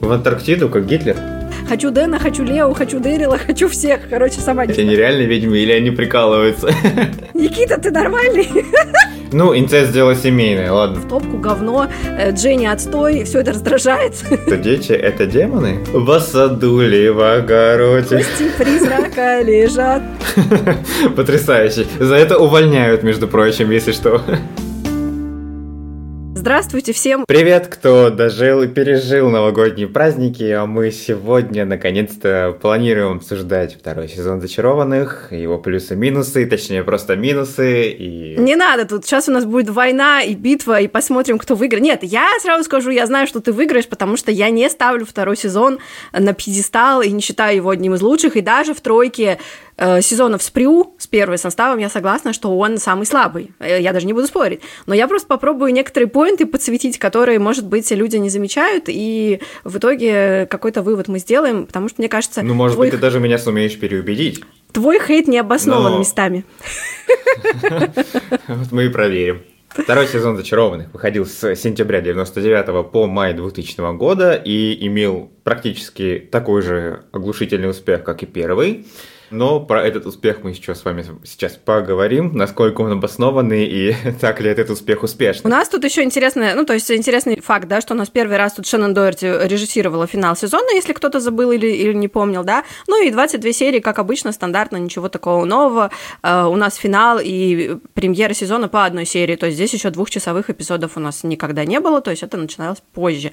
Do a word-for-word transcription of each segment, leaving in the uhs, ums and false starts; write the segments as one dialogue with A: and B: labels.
A: В Антарктиду, как Гитлер?
B: Хочу Дэна, хочу Лео, хочу Дэрила, хочу всех. Короче, сама...
A: Это нереальные ведьмы или они прикалываются?
B: Никита, ты нормальный?
A: Ну, инцест дело семейное, ладно.
B: В топку говно, Дженни отстой, все это раздражает.
A: Что дети — это демоны? В саду ли в огороде?
B: Кости призрака лежат.
A: Потрясающе. За это увольняют, между прочим, если что.
B: Здравствуйте всем!
A: Привет, кто дожил и пережил новогодние праздники, а мы сегодня наконец-то планируем обсуждать второй сезон «Зачарованных», его плюсы-минусы, точнее просто минусы и...
B: Не надо тут, сейчас у нас будет война и битва, и посмотрим, кто выиграет. Нет, я сразу скажу, я знаю, что ты выиграешь, потому что я не ставлю второй сезон на пьедестал и не считаю его одним из лучших, и даже в тройке сезонов с Прю, с первым составом, я согласна, что он самый слабый. Я даже не буду спорить. Но я просто попробую некоторые поинты подсветить, которые, может быть, люди не замечают, и в итоге какой-то вывод мы сделаем, потому что, мне кажется...
A: Ну, может
B: твой...
A: быть, ты даже меня сумеешь переубедить.
B: Твой хейт не обоснован Но... местами.
A: Вот мы и проверим. Второй сезон «Зачарованных» выходил с сентября девяносто девятого по май двухтысячного года и имел практически такой же оглушительный успех, как и первый. Но про этот успех мы еще с вами сейчас поговорим, насколько он обоснованный и так ли этот успех успешный.
B: У нас тут еще интересный, ну, то есть интересный факт, да, что у нас первый раз тут Шеннон Доерти режиссировала финал сезона, если кто-то забыл или, или не помнил, да. Ну и двадцать две серии, как обычно, стандартно, ничего такого нового. Uh, у нас финал и премьера сезона по одной серии, то есть здесь еще двухчасовых эпизодов у нас никогда не было, то есть это начиналось позже.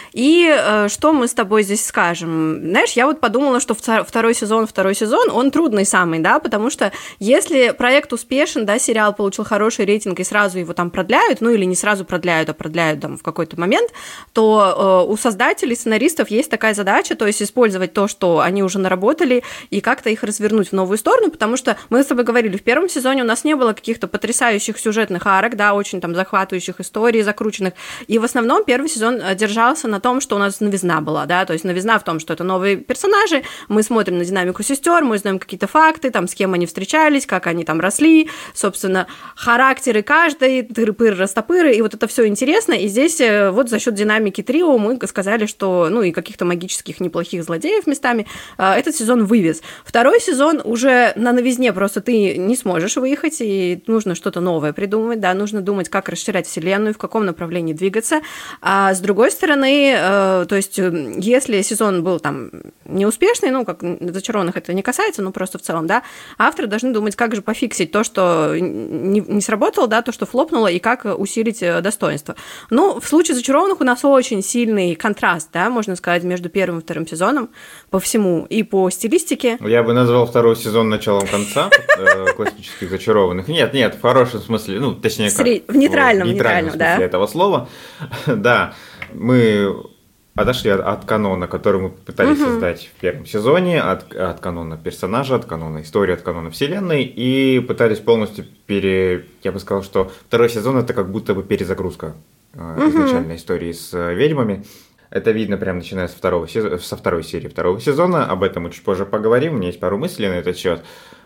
B: И uh, что мы с тобой здесь скажем? Знаешь, я вот подумала, что второй сезон, второй сезон, он трудный самый, да, потому что если проект успешен, да, сериал получил хороший рейтинг и сразу его там продляют, ну или не сразу продляют, а продляют там в какой-то момент, то э, у создателей, сценаристов есть такая задача, то есть использовать то, что они уже наработали, и как-то их развернуть в новую сторону, потому что мы с тобой говорили, в первом сезоне у нас не было каких-то потрясающих сюжетных арок, да, очень там захватывающих историй, закрученных, и в основном первый сезон держался на том, что у нас новизна была, да, то есть новизна в том, что это новые персонажи, мы смотрим на динамику сестер, мы знаем какие-то факты, там, с кем они встречались, как они там росли, собственно, характеры каждой, тыры-пыры, растопыры, и вот это все интересно, и здесь вот за счет динамики трио мы сказали, что, ну, и каких-то магических неплохих злодеев местами этот сезон вывез. Второй сезон уже на новизне просто ты не сможешь выехать, и нужно что-то новое придумывать, да, нужно думать, как расширять вселенную, в каком направлении двигаться, а с другой стороны, то есть, если сезон был там неуспешный, ну, как «Зачарованных» это не касается, ну, просто в целом, да, авторы должны думать, как же пофиксить то, что не, не сработало, да, то, что флопнуло, и как усилить достоинство. Ну, в случае «Зачарованных» у нас очень сильный контраст, да, можно сказать, между первым и вторым сезоном по всему, и по стилистике.
A: Я бы назвал второй сезон началом конца классических «Зачарованных». Нет, нет, в хорошем смысле, ну, точнее, как...
B: В нейтральном, в нейтральном,
A: смысле этого слова. Да, мы... отошли от, от канона, который мы пытались uh-huh. создать в первом сезоне, от, от канона персонажа, от канона истории, от канона вселенной, и пытались полностью пере... Я бы сказал, что второй сезон — это как будто бы перезагрузка uh-huh. изначальной истории с ведьмами. Это видно прямо начиная со, второго, со второй серии второго сезона, об этом мы чуть позже поговорим, у меня есть пару мыслей на этот счет.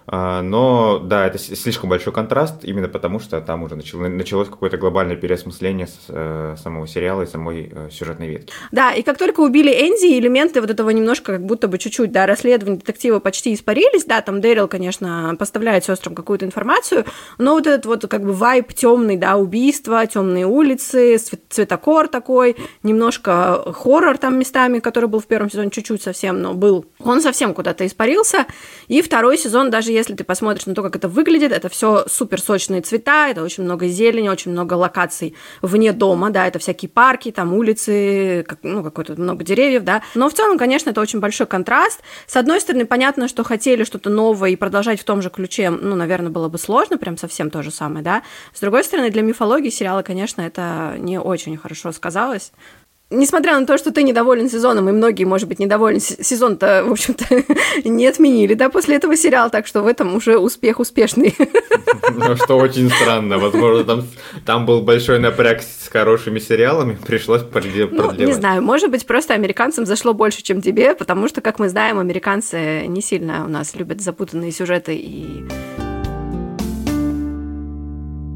A: Но да, это слишком большой контраст, именно потому что там уже началось какое-то глобальное переосмысление самого сериала и самой сюжетной ветки.
B: Да, и как только убили Энди, элементы вот этого немножко как будто бы чуть-чуть, да, расследования детектива почти испарились, да, там Дэрил, конечно, поставляет сестрам какую-то информацию, но вот этот вот как бы вайб темный, да, убийства, темные улицы, цветокор такой, немножко хоррор там местами, который был в первом сезоне чуть-чуть совсем, но был, он совсем куда-то испарился, и второй сезон, даже если ты посмотришь на то, как это выглядит, это все супер сочные цвета, это очень много зелени, очень много локаций вне дома, да, это всякие парки, там улицы, как, ну, какое-то много деревьев, да, но в целом, конечно, это очень большой контраст. С одной стороны, понятно, что хотели что-то новое и продолжать в том же ключе, ну, наверное, было бы сложно, прям совсем то же самое, да. С другой стороны, для мифологии сериала, конечно, это не очень хорошо сказалось. Несмотря на то, что ты недоволен сезоном, и многие, может быть, недовольны, сезон-то, в общем-то, не отменили, да, после этого сериала, так что в этом уже успех успешный.
A: Ну, что очень странно, возможно, там, там был большой напряг с хорошими сериалами, пришлось продлевать.
B: Ну, не знаю, может быть, просто американцам зашло больше, чем тебе, потому что, как мы знаем, американцы не сильно у нас любят запутанные сюжеты и...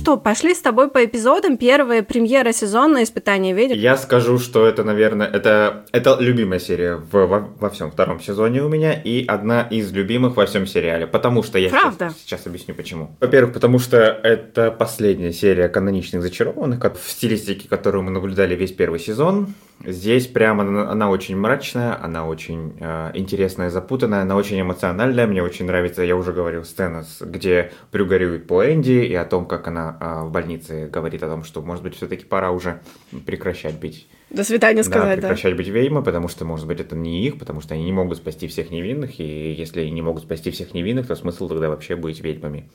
B: что, пошли с тобой по эпизодам, первая премьера сезона «Испытание ведьм».
A: Я скажу, что это, наверное, это, это любимая серия в, во, во всем втором сезоне у меня и одна из любимых во всем сериале, потому что я сейчас, сейчас объясню почему. Во-первых, потому что это последняя серия каноничных зачарованных, как в стилистике, которую мы наблюдали весь первый сезон. Здесь прямо она, она очень мрачная, она очень э, интересная, запутанная, она очень эмоциональная. Мне очень нравится, я уже говорил, сцена, где Прю горюет по Энди и о том, как она э, в больнице говорит о том, что, может быть, все-таки пора уже прекращать быть.
B: До свидания сказать,
A: да. прекращать да. быть ведьмой, потому что, может быть, это не их, потому что они не могут спасти всех невинных, и если они не могут спасти всех невинных, то смысл тогда вообще быть ведьмами.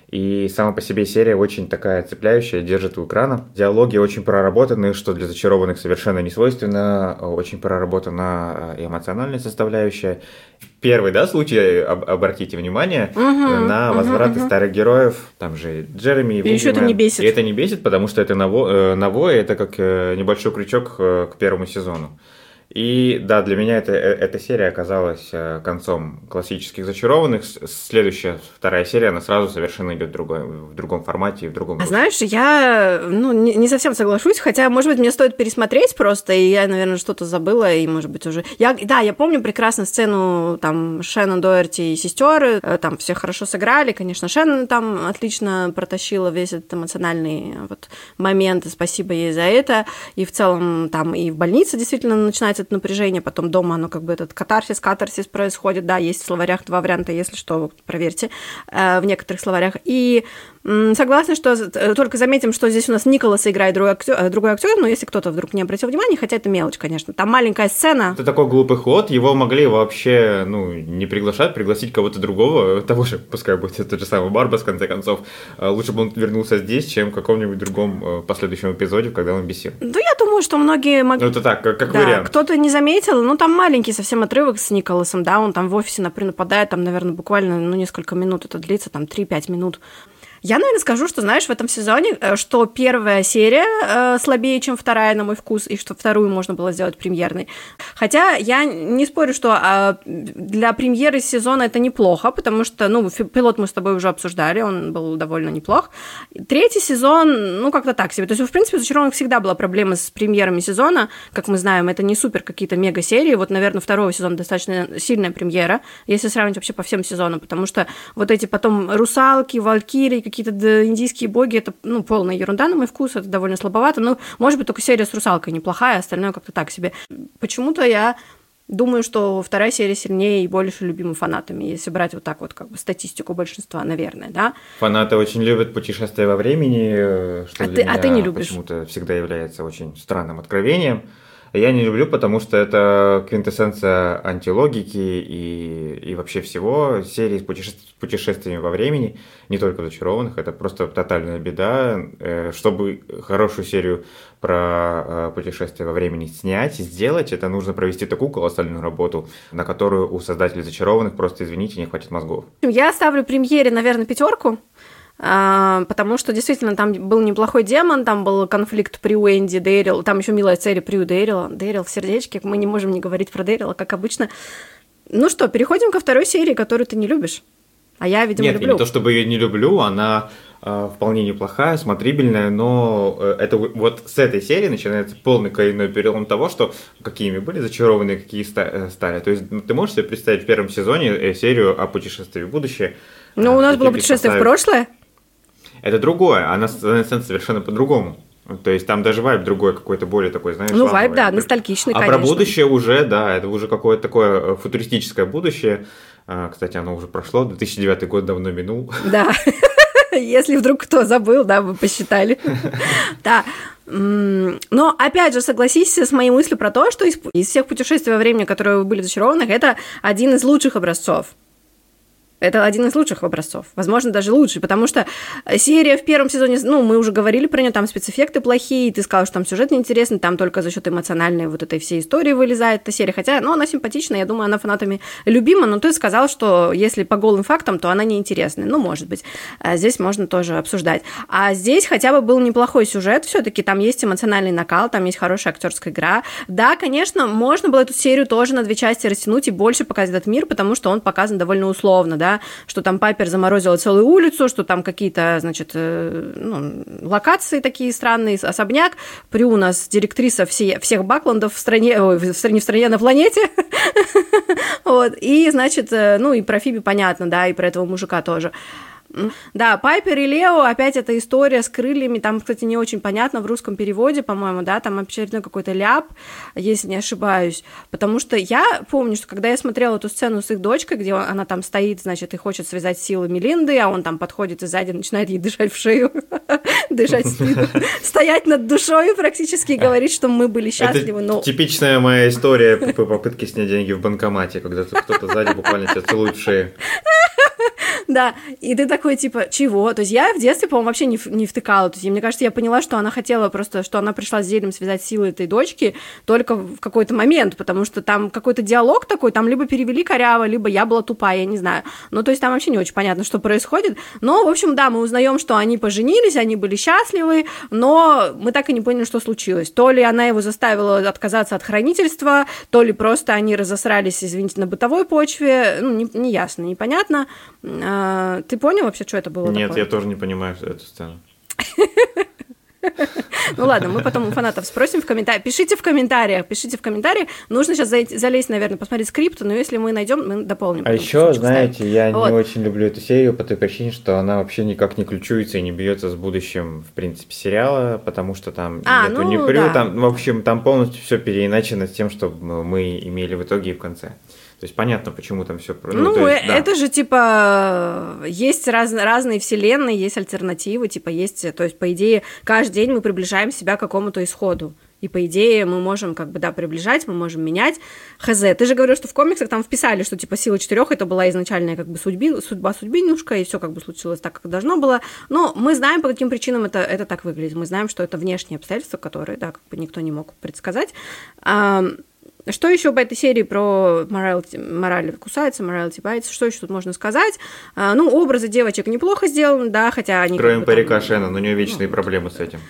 A: И сама по себе серия очень такая цепляющая, держит у экрана. Диалоги очень проработаны, что для зачарованных совершенно не свойственно, очень проработана эмоциональная составляющая. Первый, да, случай, об, обратите внимание, uh-huh, на возвраты uh-huh, uh-huh. старых героев, там же Джереми и
B: Вугимен. И еще это не бесит.
A: И это не бесит, потому что это ново, новое, это как небольшой крючок к первому сезону. И да, для меня это, эта серия оказалась концом классических зачарованных. Следующая, вторая серия, она сразу совершенно идет в, другой, в другом формате и в другом.
B: А знаешь, я ну, не, не совсем соглашусь, хотя, может быть, мне стоит пересмотреть просто, и я, наверное, что-то забыла, и, может быть, уже... Я, да, я помню прекрасно сцену там Шеннон Доерти и сестеры, там все хорошо сыграли, конечно, Шеннон там отлично протащила весь этот эмоциональный вот момент, и спасибо ей за это, и в целом там и в больнице действительно начинается это напряжение, потом дома оно как бы этот катарсис, катарсис происходит, да, есть в словарях два варианта, если что, проверьте, э, в некоторых словарях. И м, согласна, что только заметим, что здесь у нас Николаса играет другой актер, другой актер, но если кто-то вдруг не обратил внимания, хотя это мелочь, конечно, там маленькая сцена.
A: Это такой глупый ход, его могли вообще, ну, не приглашать, пригласить кого-то другого, того же, пускай будет тот же самый Барбас, в конце концов, лучше бы он вернулся здесь, чем в каком-нибудь другом последующем эпизоде, когда он бесил.
B: Да, я думаю, что многие могли...
A: Ну, это так, как, как
B: да,
A: вариант.
B: Кто-то не заметил, ну, там маленький совсем отрывок с Николасом, да, он там в офисе, например, нападает, там, наверное, буквально, ну, несколько минут это длится, там, три-пять минут. Я, наверное, скажу, что, знаешь, в этом сезоне, что первая серия э, слабее, чем вторая, на мой вкус, и что вторую можно было сделать премьерной. Хотя я не спорю, что э, для премьеры сезона это неплохо, потому что, ну, пилот мы с тобой уже обсуждали, он был довольно неплох. Третий сезон, ну, как-то так себе. То есть, в принципе, у «Зачарованных» всегда была проблема с премьерами сезона, как мы знаем, это не супер какие-то мега-серии. Вот, наверное, второго сезона достаточно сильная премьера, если сравнить вообще по всем сезонам, потому что вот эти потом «Русалки», «Валькирии», какие-то индийские боги, это, ну, полная ерунда на мой вкус, это довольно слабовато, ну, может быть, только серия с русалкой неплохая, остальное как-то так себе. Почему-то я думаю, что вторая серия сильнее и больше любима фанатами, если брать вот так вот как бы статистику большинства, наверное, да.
A: Фанаты очень любят путешествия во времени, что
B: а
A: для
B: ты,
A: меня
B: а ты не любишь.
A: Почему-то всегда является очень странным откровением. Я не люблю, потому что это квинтэссенция антилогики и, и вообще всего. Серии с путешествиями, путешествиями во времени, не только в «Зачарованных», это просто тотальная беда. Чтобы хорошую серию про путешествия во времени снять и сделать, это нужно провести такую колоссальную работу, на которую у создателей «Зачарованных» просто, извините, не хватит мозгов.
B: Я ставлю премьере, наверное, пятерку. Потому что действительно там был неплохой демон, там был конфликт Прю, Энди, Дэрил, там еще милая серия Прю, Дэрила, Дэрил в сердечке, мы не можем не говорить про Дэрила, как обычно. Ну что, переходим ко второй серии, которую ты не любишь, а я, видимо,
A: Нет,
B: люблю.
A: Нет, не то чтобы я не люблю, она э, вполне неплохая, смотрибельная, но э, это вот с этой серии начинается полный коренной перелом того, что какими были зачарованные, какие ста- стали. То есть ты можешь себе представить в первом сезоне серию о путешествии в будущее?
B: Ну, у нас было путешествие в прошлое.
A: Это другое, она становится совершенно по-другому. То есть там даже вайб другой какой-то, более такой, знаешь...
B: Ну, вайб, да, ностальгичный,
A: а
B: конечно.
A: А про будущее уже, да, это уже какое-то такое футуристическое будущее. Кстати, оно уже прошло, две тысячи девятый год давно минул.
B: Да, если вдруг кто забыл, да, вы посчитали. Да. Но, опять же, согласись с моей мыслью про то, что из всех путешествий во времени, которые были в «Зачарованных», это один из лучших образцов. Это один из лучших образцов, возможно, даже лучший, потому что серия в первом сезоне, ну, мы уже говорили про нее, там спецэффекты плохие, ты сказал, что там сюжет неинтересный, там только за счет эмоциональной вот этой всей истории вылезает эта серия, хотя, ну, она симпатичная, я думаю, она фанатами любима, но ты сказал, что если по голым фактам, то она неинтересная, ну, может быть, здесь можно тоже обсуждать. А здесь хотя бы был неплохой сюжет, все-таки там есть эмоциональный накал, там есть хорошая актерская игра. Да, конечно, можно было эту серию тоже на две части растянуть и больше показать этот мир, потому что он показан довольно условно, да, да, что там Пайпер заморозила целую улицу, что там какие-то, значит, ну, локации такие странные, особняк. Прю у нас директриса все, всех Бакландов в стране, ой, в стране, в стране, на планете. Вот, и, значит, ну, и про Фиби понятно, да, и про этого мужика тоже. Да, Пайпер и Лео, опять эта история с крыльями, там, кстати, не очень понятно в русском переводе, по-моему, да, там очередной какой-то ляп, если не ошибаюсь, потому что я помню, что когда я смотрела эту сцену с их дочкой, где она там стоит, значит, и хочет связать силы Мелинды, а он там подходит и сзади начинает ей дышать в шею, дышать в спину, стоять над душой практически и говорить, что мы были счастливы.
A: Это типичная моя история по попытке снять деньги в банкомате, когда кто-то сзади буквально тебя целует в шею.
B: Да, и ты такой, типа, чего? То есть я в детстве, по-моему, вообще не, не втыкала. То есть, мне кажется, я поняла, что она хотела просто, что она пришла с зельем связать силы этой дочки только в какой-то момент, потому что там какой-то диалог такой, там либо перевели коряво, либо я была тупая, я не знаю. Ну, то есть там вообще не очень понятно, что происходит. Но, в общем, да, мы узнаем, что они поженились, они были счастливы, но мы так и не поняли, что случилось. То ли она его заставила отказаться от хранительства, то ли просто они разосрались, извините, на бытовой почве. Ну, не, не ясно, непонятно. Ты понял вообще, что это было?
A: Нет,
B: такое?
A: Я тоже не понимаю эту сцену.
B: Ну ладно, мы потом у фанатов спросим в комментариях. Пишите в комментариях, пишите в комментариях. Нужно сейчас залезть, наверное, посмотреть скрипт, но если мы найдем, мы дополним.
A: А еще, знаете, я вот. не очень люблю эту серию по той причине, что она вообще никак не ключуется и не бьется с будущим, в принципе, сериала, потому что там
B: а,
A: нету
B: ну,
A: ни прю,
B: да.
A: там, в общем, там полностью все переиначено с тем, что мы имели в итоге и в конце. То есть понятно, почему там все.
B: Ну, ну то есть, это да. же типа есть раз, разные вселенные, есть альтернативы, типа есть, то есть по идее каждый день мы приближаем себя к какому-то исходу. И по идее мы можем как бы, да, приближать, мы можем менять. Хз, ты же говорил, что в комиксах там вписали, что типа сила четырех это была изначальная как бы судьби, судьба судьбинушка, и все как бы случилось так, как должно было. Но мы знаем, по каким причинам это, это так выглядит. Мы знаем, что это внешние обстоятельства, которые, да, как бы никто не мог предсказать. Что еще по этой серии про мораль, мораль кусается, мораль типается? Что еще тут можно сказать? А, ну, образы девочек неплохо сделаны, да, хотя они...
A: Кроме
B: как бы,
A: парика
B: там,
A: Шена, но у нее вечные
B: ну,
A: проблемы с этим.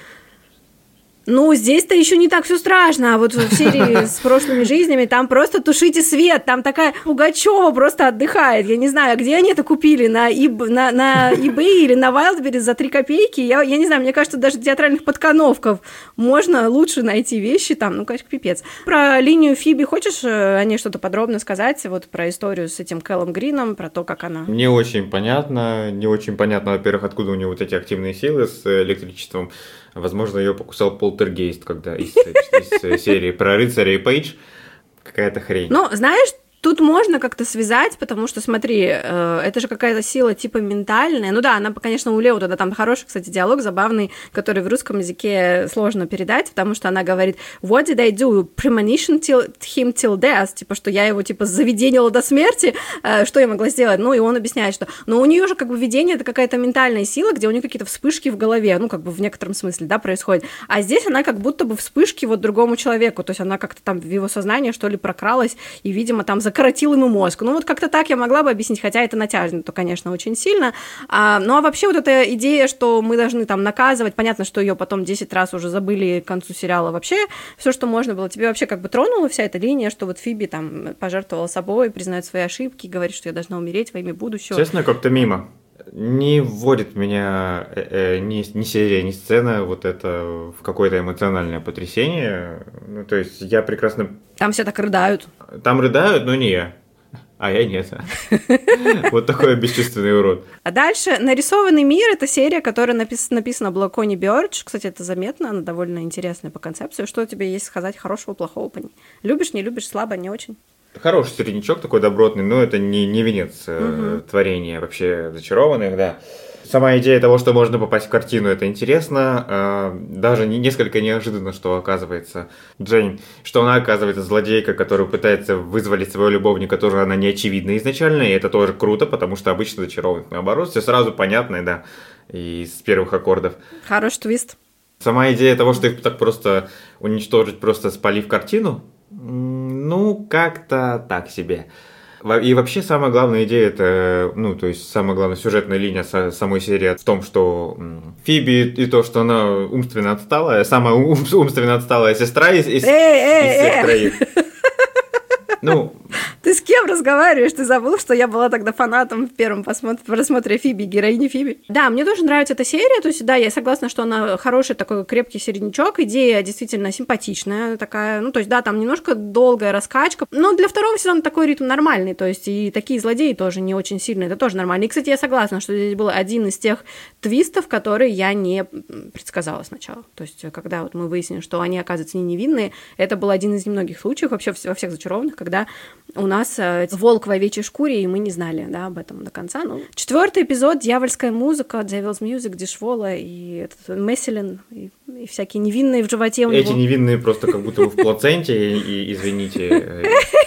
B: Ну, здесь-то еще не так все страшно, а вот в серии с прошлыми жизнями там просто тушите свет, там такая Пугачева просто отдыхает, я не знаю, где они это купили, на, иб, на, на eBay или на Wildberries за три копейки, я, я не знаю, мне кажется, даже театральных подконовков можно лучше найти вещи там, ну, конечно, пипец. Про линию Фиби хочешь о ней что-то подробно сказать, вот про историю с этим Кэллом Грином, про то, как она...
A: Не очень понятно, не очень понятно, во-первых, откуда у нее вот эти активные силы с электричеством. Возможно, ее покусал полтергейст, когда из, из, из серии про рыцаря и Пейдж. Какая-то хрень.
B: Ну, знаешь, тут можно как-то связать, потому что, смотри, э, это же какая-то сила типа ментальная. Ну да, она, конечно, у Лео тогда там хороший, кстати, диалог забавный, который в русском языке сложно передать, потому что она говорит «What did I do? Premonition till, him till death?» Типа, что я его, типа, заведенила до смерти, э, что я могла сделать? Ну, и он объясняет, что... Но у нее же, как бы, видение — это какая-то ментальная сила, где у нее какие-то вспышки в голове, ну, как бы, в некотором смысле, да, происходит. А здесь она как будто бы вспышки вот другому человеку, то есть она как-то там в его сознание, что ли, прокралась, и, видимо, там закоротил ему мозг. Ну, вот как-то так я могла бы объяснить, хотя это натяжно, то, конечно, очень сильно. А, ну, а вообще вот эта идея, что мы должны там наказывать, понятно, что ее потом десять раз уже забыли к концу сериала вообще, все, что можно было. Тебе вообще как бы тронула вся эта линия, что вот Фиби там пожертвовала собой, признает свои ошибки, говорит, что я должна умереть во имя будущего.
A: Честно, как-то мимо. Не вводит меня э, э, ни, ни серия, ни сцена вот это в какое-то эмоциональное потрясение. Ну, то есть я прекрасно...
B: Там все так рыдают.
A: Там рыдают, но не я. А я нет. Вот такой бесчувственный урод.
B: А дальше «Нарисованный мир» — это серия, которая написана Блакони Бёрдж. Кстати, это заметно, она довольно интересная по концепции. Что тебе есть сказать хорошего, плохого по ней? Любишь, не любишь, слабо, не очень?
A: Хороший середнячок такой добротный, но это не, не венец э, угу. творения вообще зачарованных, да. Сама идея того, что можно попасть в картину, это интересно. Э, даже не, несколько неожиданно, что оказывается Джейн, что она оказывается злодейка, которая пытается вызволить своего любовника, тоже она не очевидна изначально, и это тоже круто, потому что обычно зачарованных наоборот, все сразу понятно, да, и с первых аккордов.
B: Хороший твист.
A: Сама идея того, что их так просто уничтожить, просто спалив картину, ну, как-то так себе. И вообще самая главная идея, это, ну, то есть самая главная сюжетная линия самой серии в том, что Фиби и то, что она умственно отсталая, самая умственно отсталая сестра из, из, из всех троих. Ну,
B: Ты с кем разговариваешь? Ты забыл, что я была тогда фанатом в первом просмотре Фиби, героини Фиби. Да, мне тоже нравится эта серия, то есть, да, я согласна, что она хороший такой крепкий середнячок, идея действительно симпатичная такая, ну, то есть, да, там немножко долгая раскачка, но для второго сезона такой ритм нормальный, то есть, и такие злодеи тоже не очень сильные, это тоже нормально. И, кстати, я согласна, что здесь был один из тех твистов, которые я не предсказала сначала, то есть, когда вот мы выяснили, что они, оказывается, не невинные, это был один из немногих случаев вообще во всех «Зачарованных», когда у нас э, волк в овечьей шкуре, и мы не знали, да, об этом до конца. Ну, четвертый эпизод, дьявольская музыка, Devil's Music, Дишвола и этот Месселин, и, и всякие невинные в животе у него.
A: Эти невинные просто как будто в плаценте, и, извините.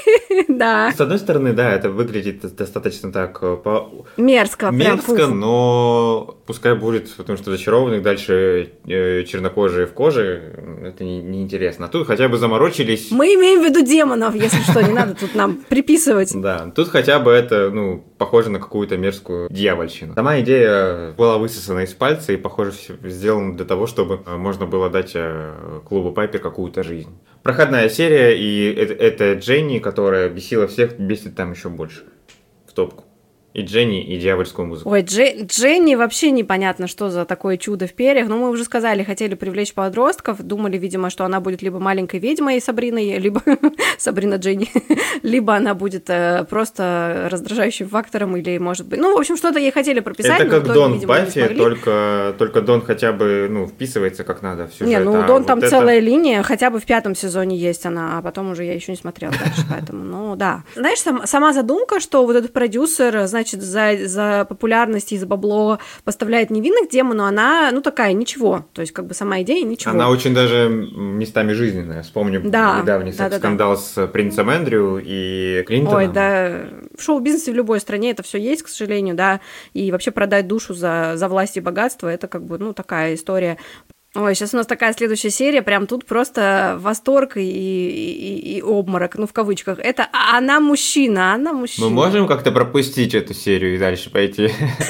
B: Да.
A: С одной стороны, да, это выглядит достаточно так по...
B: мерзко.
A: Мерзко, но пускай будет, потому что «Зачарованных» дальше чернокожие в коже, это неинтересно. А тут хотя бы заморочились.
B: Мы имеем в виду демонов, если что, не надо тут нам приписывать.
A: Да, тут хотя бы это, ну, похоже на какую-то мерзкую дьявольщину. Сама идея была высосана из пальца и, похоже, сделана для того, чтобы можно было дать клубу Пайпер какую-то жизнь. Проходная серия, и это, это Дженни, которая бесила всех, бесит там еще больше. В топку. И Дженни, и дьявольскую музыку.
B: Ой, Дж... Дженни вообще непонятно, что за такое чудо в перьях. Но мы уже сказали, хотели привлечь подростков. Думали, видимо, что она будет либо маленькой ведьмой Сабриной, либо Сабрина Дженни, либо она будет э, просто раздражающим фактором, или, может быть... Ну, в общем, что-то ей хотели прописать.
A: Это как Дон в Баффи, только, только Дон хотя бы, ну, вписывается как надо в сюжет.
B: Не, ну,
A: а
B: Дон
A: вот
B: там
A: это...
B: целая линия, хотя бы в пятом сезоне есть она, а потом уже я еще не смотрела дальше, поэтому, ну, да. Знаешь, сам, сама задумка, что вот этот продюсер, значит, за, за популярность и за бабло поставляет невинных демону, она, ну, такая, ничего. То есть, как бы сама идея, ничего.
A: Она очень даже местами жизненная. Вспомню
B: да,
A: недавний
B: да, да,
A: скандал
B: да.
A: с принцем Эндрю и Клинтоном.
B: Ой, да. В шоу-бизнесе в любой стране это все есть, к сожалению, да. И вообще продать душу за, за власть и богатство, это как бы, ну, такая история. Ой, сейчас у нас такая следующая серия, прям тут просто восторг и, и, и обморок, ну, в кавычках. Это она мужчина, она мужчина.
A: Мы можем как-то пропустить эту серию и дальше пойти?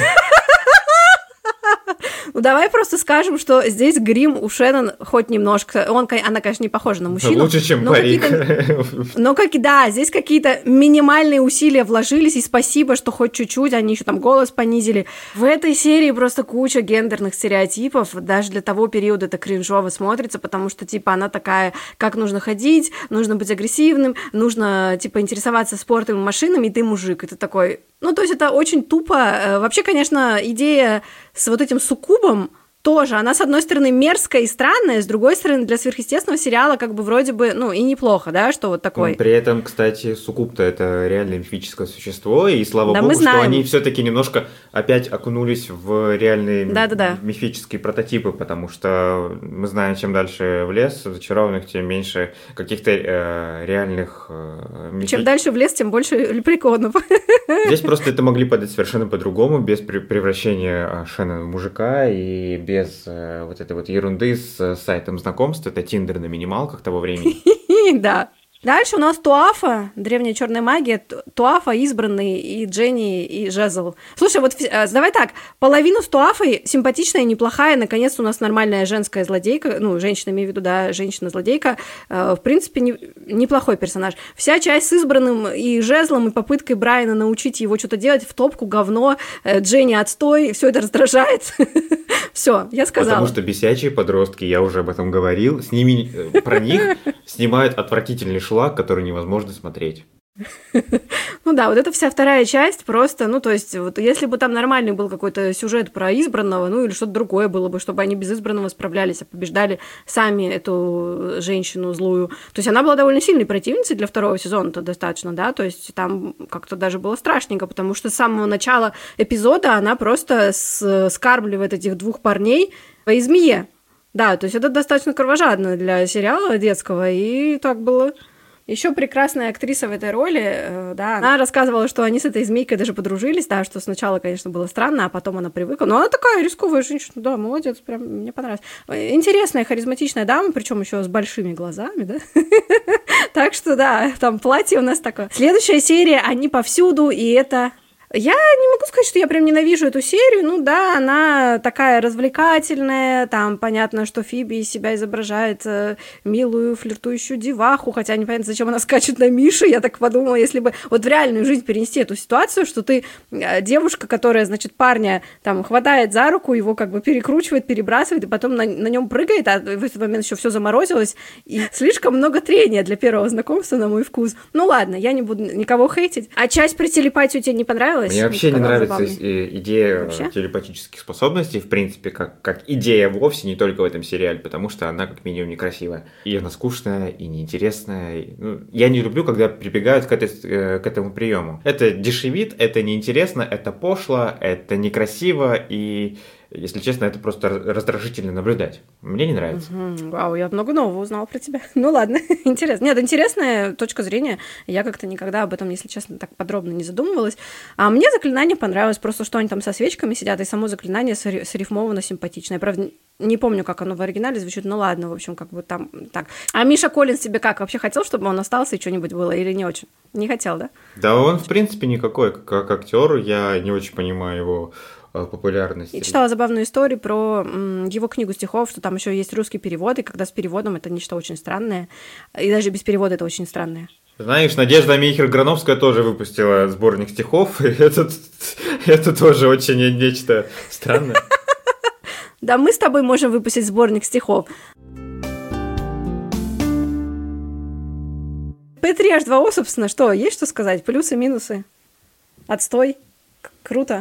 B: Ну, давай просто скажем, что здесь грим у Шеннон хоть немножко... Он, она, конечно, не похожа на мужчину.
A: Лучше, чем
B: но
A: парик.
B: Но, как, да, здесь какие-то минимальные усилия вложились, и спасибо, что хоть чуть-чуть, они еще там голос понизили. В этой серии просто куча гендерных стереотипов, даже для того периода это кринжово смотрится, потому что, типа, она такая, как нужно ходить, нужно быть агрессивным, нужно, типа, интересоваться спортом и машинами, и ты мужик, и ты такой... Ну, то есть это очень тупо. Вообще, конечно, идея с вот этим суккубом тоже, она, с одной стороны, мерзкая и странная, с другой стороны, для сверхъестественного сериала как бы вроде бы, ну, и неплохо, да, что вот такой.
A: При этом, кстати, суккуб-то это реально мифическое существо, и слава
B: да,
A: богу, что они все-таки немножко опять окунулись в реальные
B: Да-да-да.
A: мифические прототипы, потому что мы знаем, чем дальше в лес зачарованных, тем меньше каких-то э, реальных... Э, мифи...
B: Чем дальше в лес, тем больше лепреконов.
A: Здесь просто это могли подать совершенно по-другому, без превращения Шеннон в мужика и без без э, вот этой вот ерунды с э, сайтом знакомств. Это Тиндер на минималках того времени.
B: Да. Дальше у нас Туафа, древняя черная магия, Туафа, избранный, и Дженни, и Жезл. Слушай, вот давай так, половину с Туафой симпатичная, неплохая, наконец-то у нас нормальная женская злодейка, ну, женщина, имею в виду, да, женщина-злодейка, в принципе, не, неплохой персонаж. Вся часть с избранным и Жезлом, и попыткой Брайана научить его что-то делать, в топку, говно, Дженни отстой, все это раздражает. Все, я сказала.
A: Потому что бесячие подростки, я уже об этом говорил, с ними, про них снимают отвратительный шлак, который невозможно смотреть.
B: Ну да, вот эта вся вторая часть просто, ну то есть, вот если бы там нормальный был какой-то сюжет про избранного, ну или что-то другое было бы, чтобы они без избранного справлялись, а побеждали сами эту женщину злую. То есть она была довольно сильной противницей для второго сезона-то достаточно, да, то есть там как-то даже было страшненько, потому что с самого начала эпизода она просто скармливает этих двух парней по змее. Да, то есть это достаточно кровожадно для сериала детского, и так было... Еще прекрасная актриса в этой роли, да, она рассказывала, что они с этой змейкой даже подружились, да, что сначала, конечно, было странно, а потом она привыкла, но она такая рисковая женщина, да, молодец, прям мне понравилось. Интересная, харизматичная дама, причем еще с большими глазами, да, так что, да, там платье у нас такое. Следующая серия, они повсюду, и это... Я не могу сказать, что я прям ненавижу эту серию. Ну да, она такая развлекательная. Там понятно, что Фиби из себя изображает э, милую флиртующую деваху, хотя непонятно, зачем она скачет на Мише. Я так подумала, если бы вот в реальную жизнь перенести эту ситуацию, что ты э, девушка, которая, значит, парня там хватает за руку, его как бы перекручивает, перебрасывает, и потом на, на нем прыгает, а в этот момент еще все заморозилось, и слишком много трения для первого знакомства, на мой вкус. Ну ладно, я не буду никого хейтить. А часть про телепатию тебе не понравилась?
A: Мне вообще не нравится забавный. идея вообще? телепатических способностей, в принципе, как, как идея вовсе, не только в этом сериале, потому что она как минимум некрасивая. И она скучная, и неинтересная. И, ну, я не люблю, когда прибегают к, этой, к этому приему. Это дешевит, это неинтересно, это пошло, это некрасиво, и... Если честно, это просто раздражительно наблюдать. Мне не нравится.
B: Угу. Вау, я много нового узнала про тебя. Ну ладно, интересно. Нет, интересная точка зрения. Я как-то никогда об этом, если честно, так подробно не задумывалась. А мне заклинание понравилось. Просто что они там со свечками сидят, и само заклинание срифмовано симпатичное. Правда, не помню, как оно в оригинале звучит, но ладно, в общем, как бы там так. А Миша Коллинз тебе как? Вообще хотел, чтобы он остался и что-нибудь было, или не очень? Не хотел, да?
A: Да он, в принципе, никакой. Как актер, я не очень понимаю его популярности.
B: Я читала забавную историю про м, его книгу стихов, что там еще есть русский перевод, и когда с переводом это нечто очень странное, и даже без перевода это очень странное.
A: Знаешь, Надежда Мейхер-Грановская тоже выпустила сборник стихов, и это, это тоже очень нечто странное.
B: Да, мы с тобой можем выпустить сборник стихов. пэ три аш два о, собственно, что, есть что сказать? Плюсы, минусы? Отстой? Круто.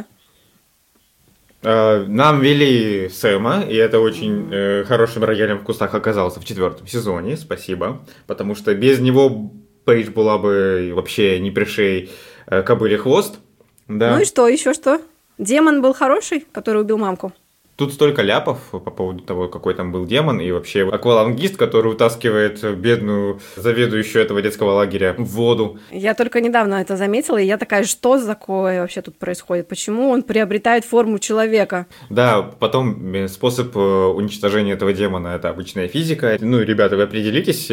A: Нам ввели Сэма, и это очень э, хорошим роялем в кустах оказался в четвертом сезоне, спасибо, потому что без него Пейдж была бы вообще не пришей э, кобыле хвост. Да.
B: Ну и что, еще что? Демон был хороший, который убил мамку?
A: Тут столько ляпов по поводу того, какой там был демон, и вообще аквалангист, который утаскивает бедную заведующую этого детского лагеря в воду.
B: Я только недавно это заметила, и я такая, что такое вообще тут происходит? Почему он приобретает форму человека?
A: Да, потом способ уничтожения этого демона – это обычная физика. Ну, ребята, вы определитесь,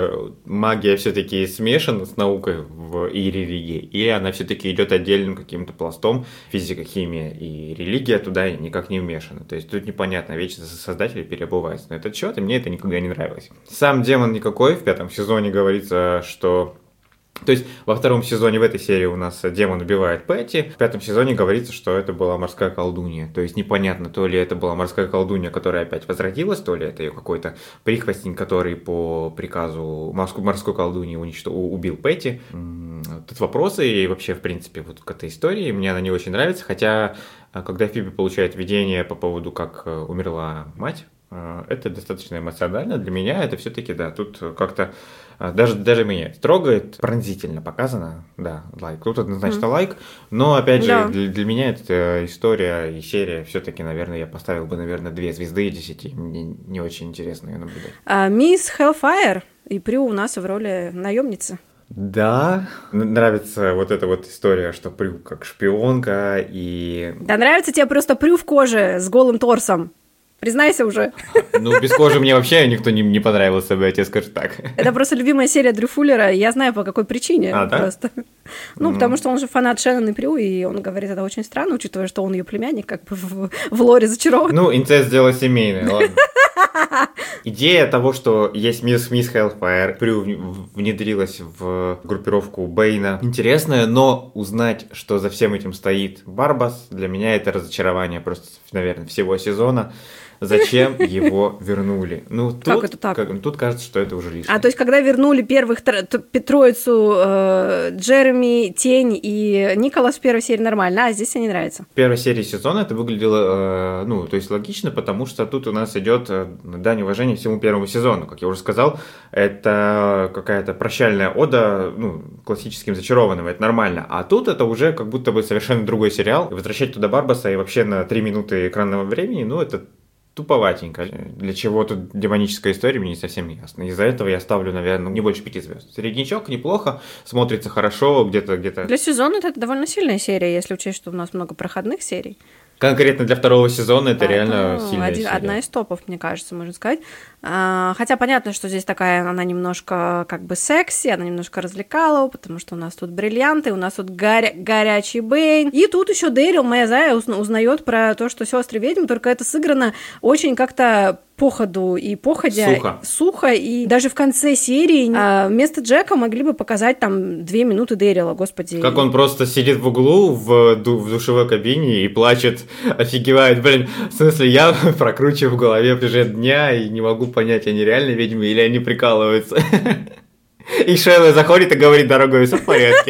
A: магия все-таки смешана с наукой в, и религией, или она все-таки идет отдельным каким-то пластом, физика, химия и религия туда никак не вмешаны. То есть тут непонятно, вечно создатели переобуваются на этот счет, и мне это никогда не нравилось. Сам демон никакой, в пятом сезоне говорится, что... То есть во втором сезоне в этой серии у нас демон убивает Пэтти, в пятом сезоне говорится, что это была морская колдунья. То есть непонятно, то ли это была морская колдунья, которая опять возродилась, то ли это ее какой-то прихвостень, который по приказу морской, морской колдуньи уничтожил, убил Пэтти. Тут вопросы, и вообще, в принципе, вот к этой истории мне она не очень нравится, хотя... Когда Фиби получает видение по поводу, как умерла мать, это достаточно эмоционально. Для меня это все-таки, да, тут как-то даже, даже меня трогает, пронзительно показано, да, лайк. Тут однозначно mm. лайк, но, опять да. же, для, для меня эта история и серия все-таки, наверное, я поставил бы, наверное, две звезды из десяти. Мне не очень интересно ее наблюдать.
B: А, мисс Хеллфайр и Прю у нас в роли наемницы.
A: Да, нравится вот эта вот история, что Прю как шпионка и...
B: Да нравится тебе просто Прю в коже с голым торсом. Признайся уже.
A: Ну, без кожи мне вообще никто не, не понравился бы, я тебе скажу так.
B: Это просто любимая серия Дрю Фуллера, я знаю, по какой причине.
A: А, да?
B: Просто. Ну, mm. потому что он же фанат Шеннон и Прю, и он говорит, это очень странно, учитывая, что он ее племянник, как бы в, в лоре зачарован.
A: Ну, инцест дело семейное, ладно. Идея того, что есть мисс, мисс Хеллфайр, Прю внедрилась в группировку Бэйна, интересная, но узнать, что за всем этим стоит Барбас, для меня это разочарование просто, наверное, всего сезона. Зачем его вернули? Ну, тут,
B: как это так?
A: Как, тут кажется, что это уже лишнее.
B: А, то есть, когда вернули первых тро- троицу э, Джереми, Тень и Николас в первой серии нормально, а здесь тебе не нравится?
A: В первой серии сезона это выглядело, э, ну, то есть логично, потому что тут у нас идет э, дань уважения всему первому сезону. Как я уже сказал, это какая-то прощальная ода, ну, классическим зачарованным, это нормально. А тут это уже как будто бы совершенно другой сериал. И возвращать туда Барбаса и вообще на три минуты экранного времени, ну, это туповатенько. Для чего тут демоническая история, мне не совсем не ясно. Из-за этого я ставлю, наверное, не больше пяти звезд. Среднячок неплохо, смотрится хорошо, где-то, где-то...
B: Для сезона это довольно сильная серия, если учесть, что у нас много проходных серий.
A: Конкретно для второго сезона это а, реально
B: ну,
A: сильная
B: один,
A: серия.
B: Одна из топов, мне кажется, можно сказать. Хотя понятно, что здесь такая, она немножко как бы секси, она немножко развлекала, потому что у нас тут бриллианты, у нас тут горя- горячий Бэйн. И тут еще Дэрил, моя зая, узнает про то, что сестры ведьм, только это сыграно очень как-то по ходу и походя
A: сухо.
B: сухо, и даже в конце серии а, вместо Джека могли бы показать там две минуты Дэрила, господи.
A: Как он просто сидит в углу в, ду- в душевой кабине и плачет, офигевает. Блин, в смысле, я прокручиваю в голове бюджет дня и не могу понять, они реально ведьмы или они прикалываются. И Шейла заходит и говорит: дорогой, все в порядке.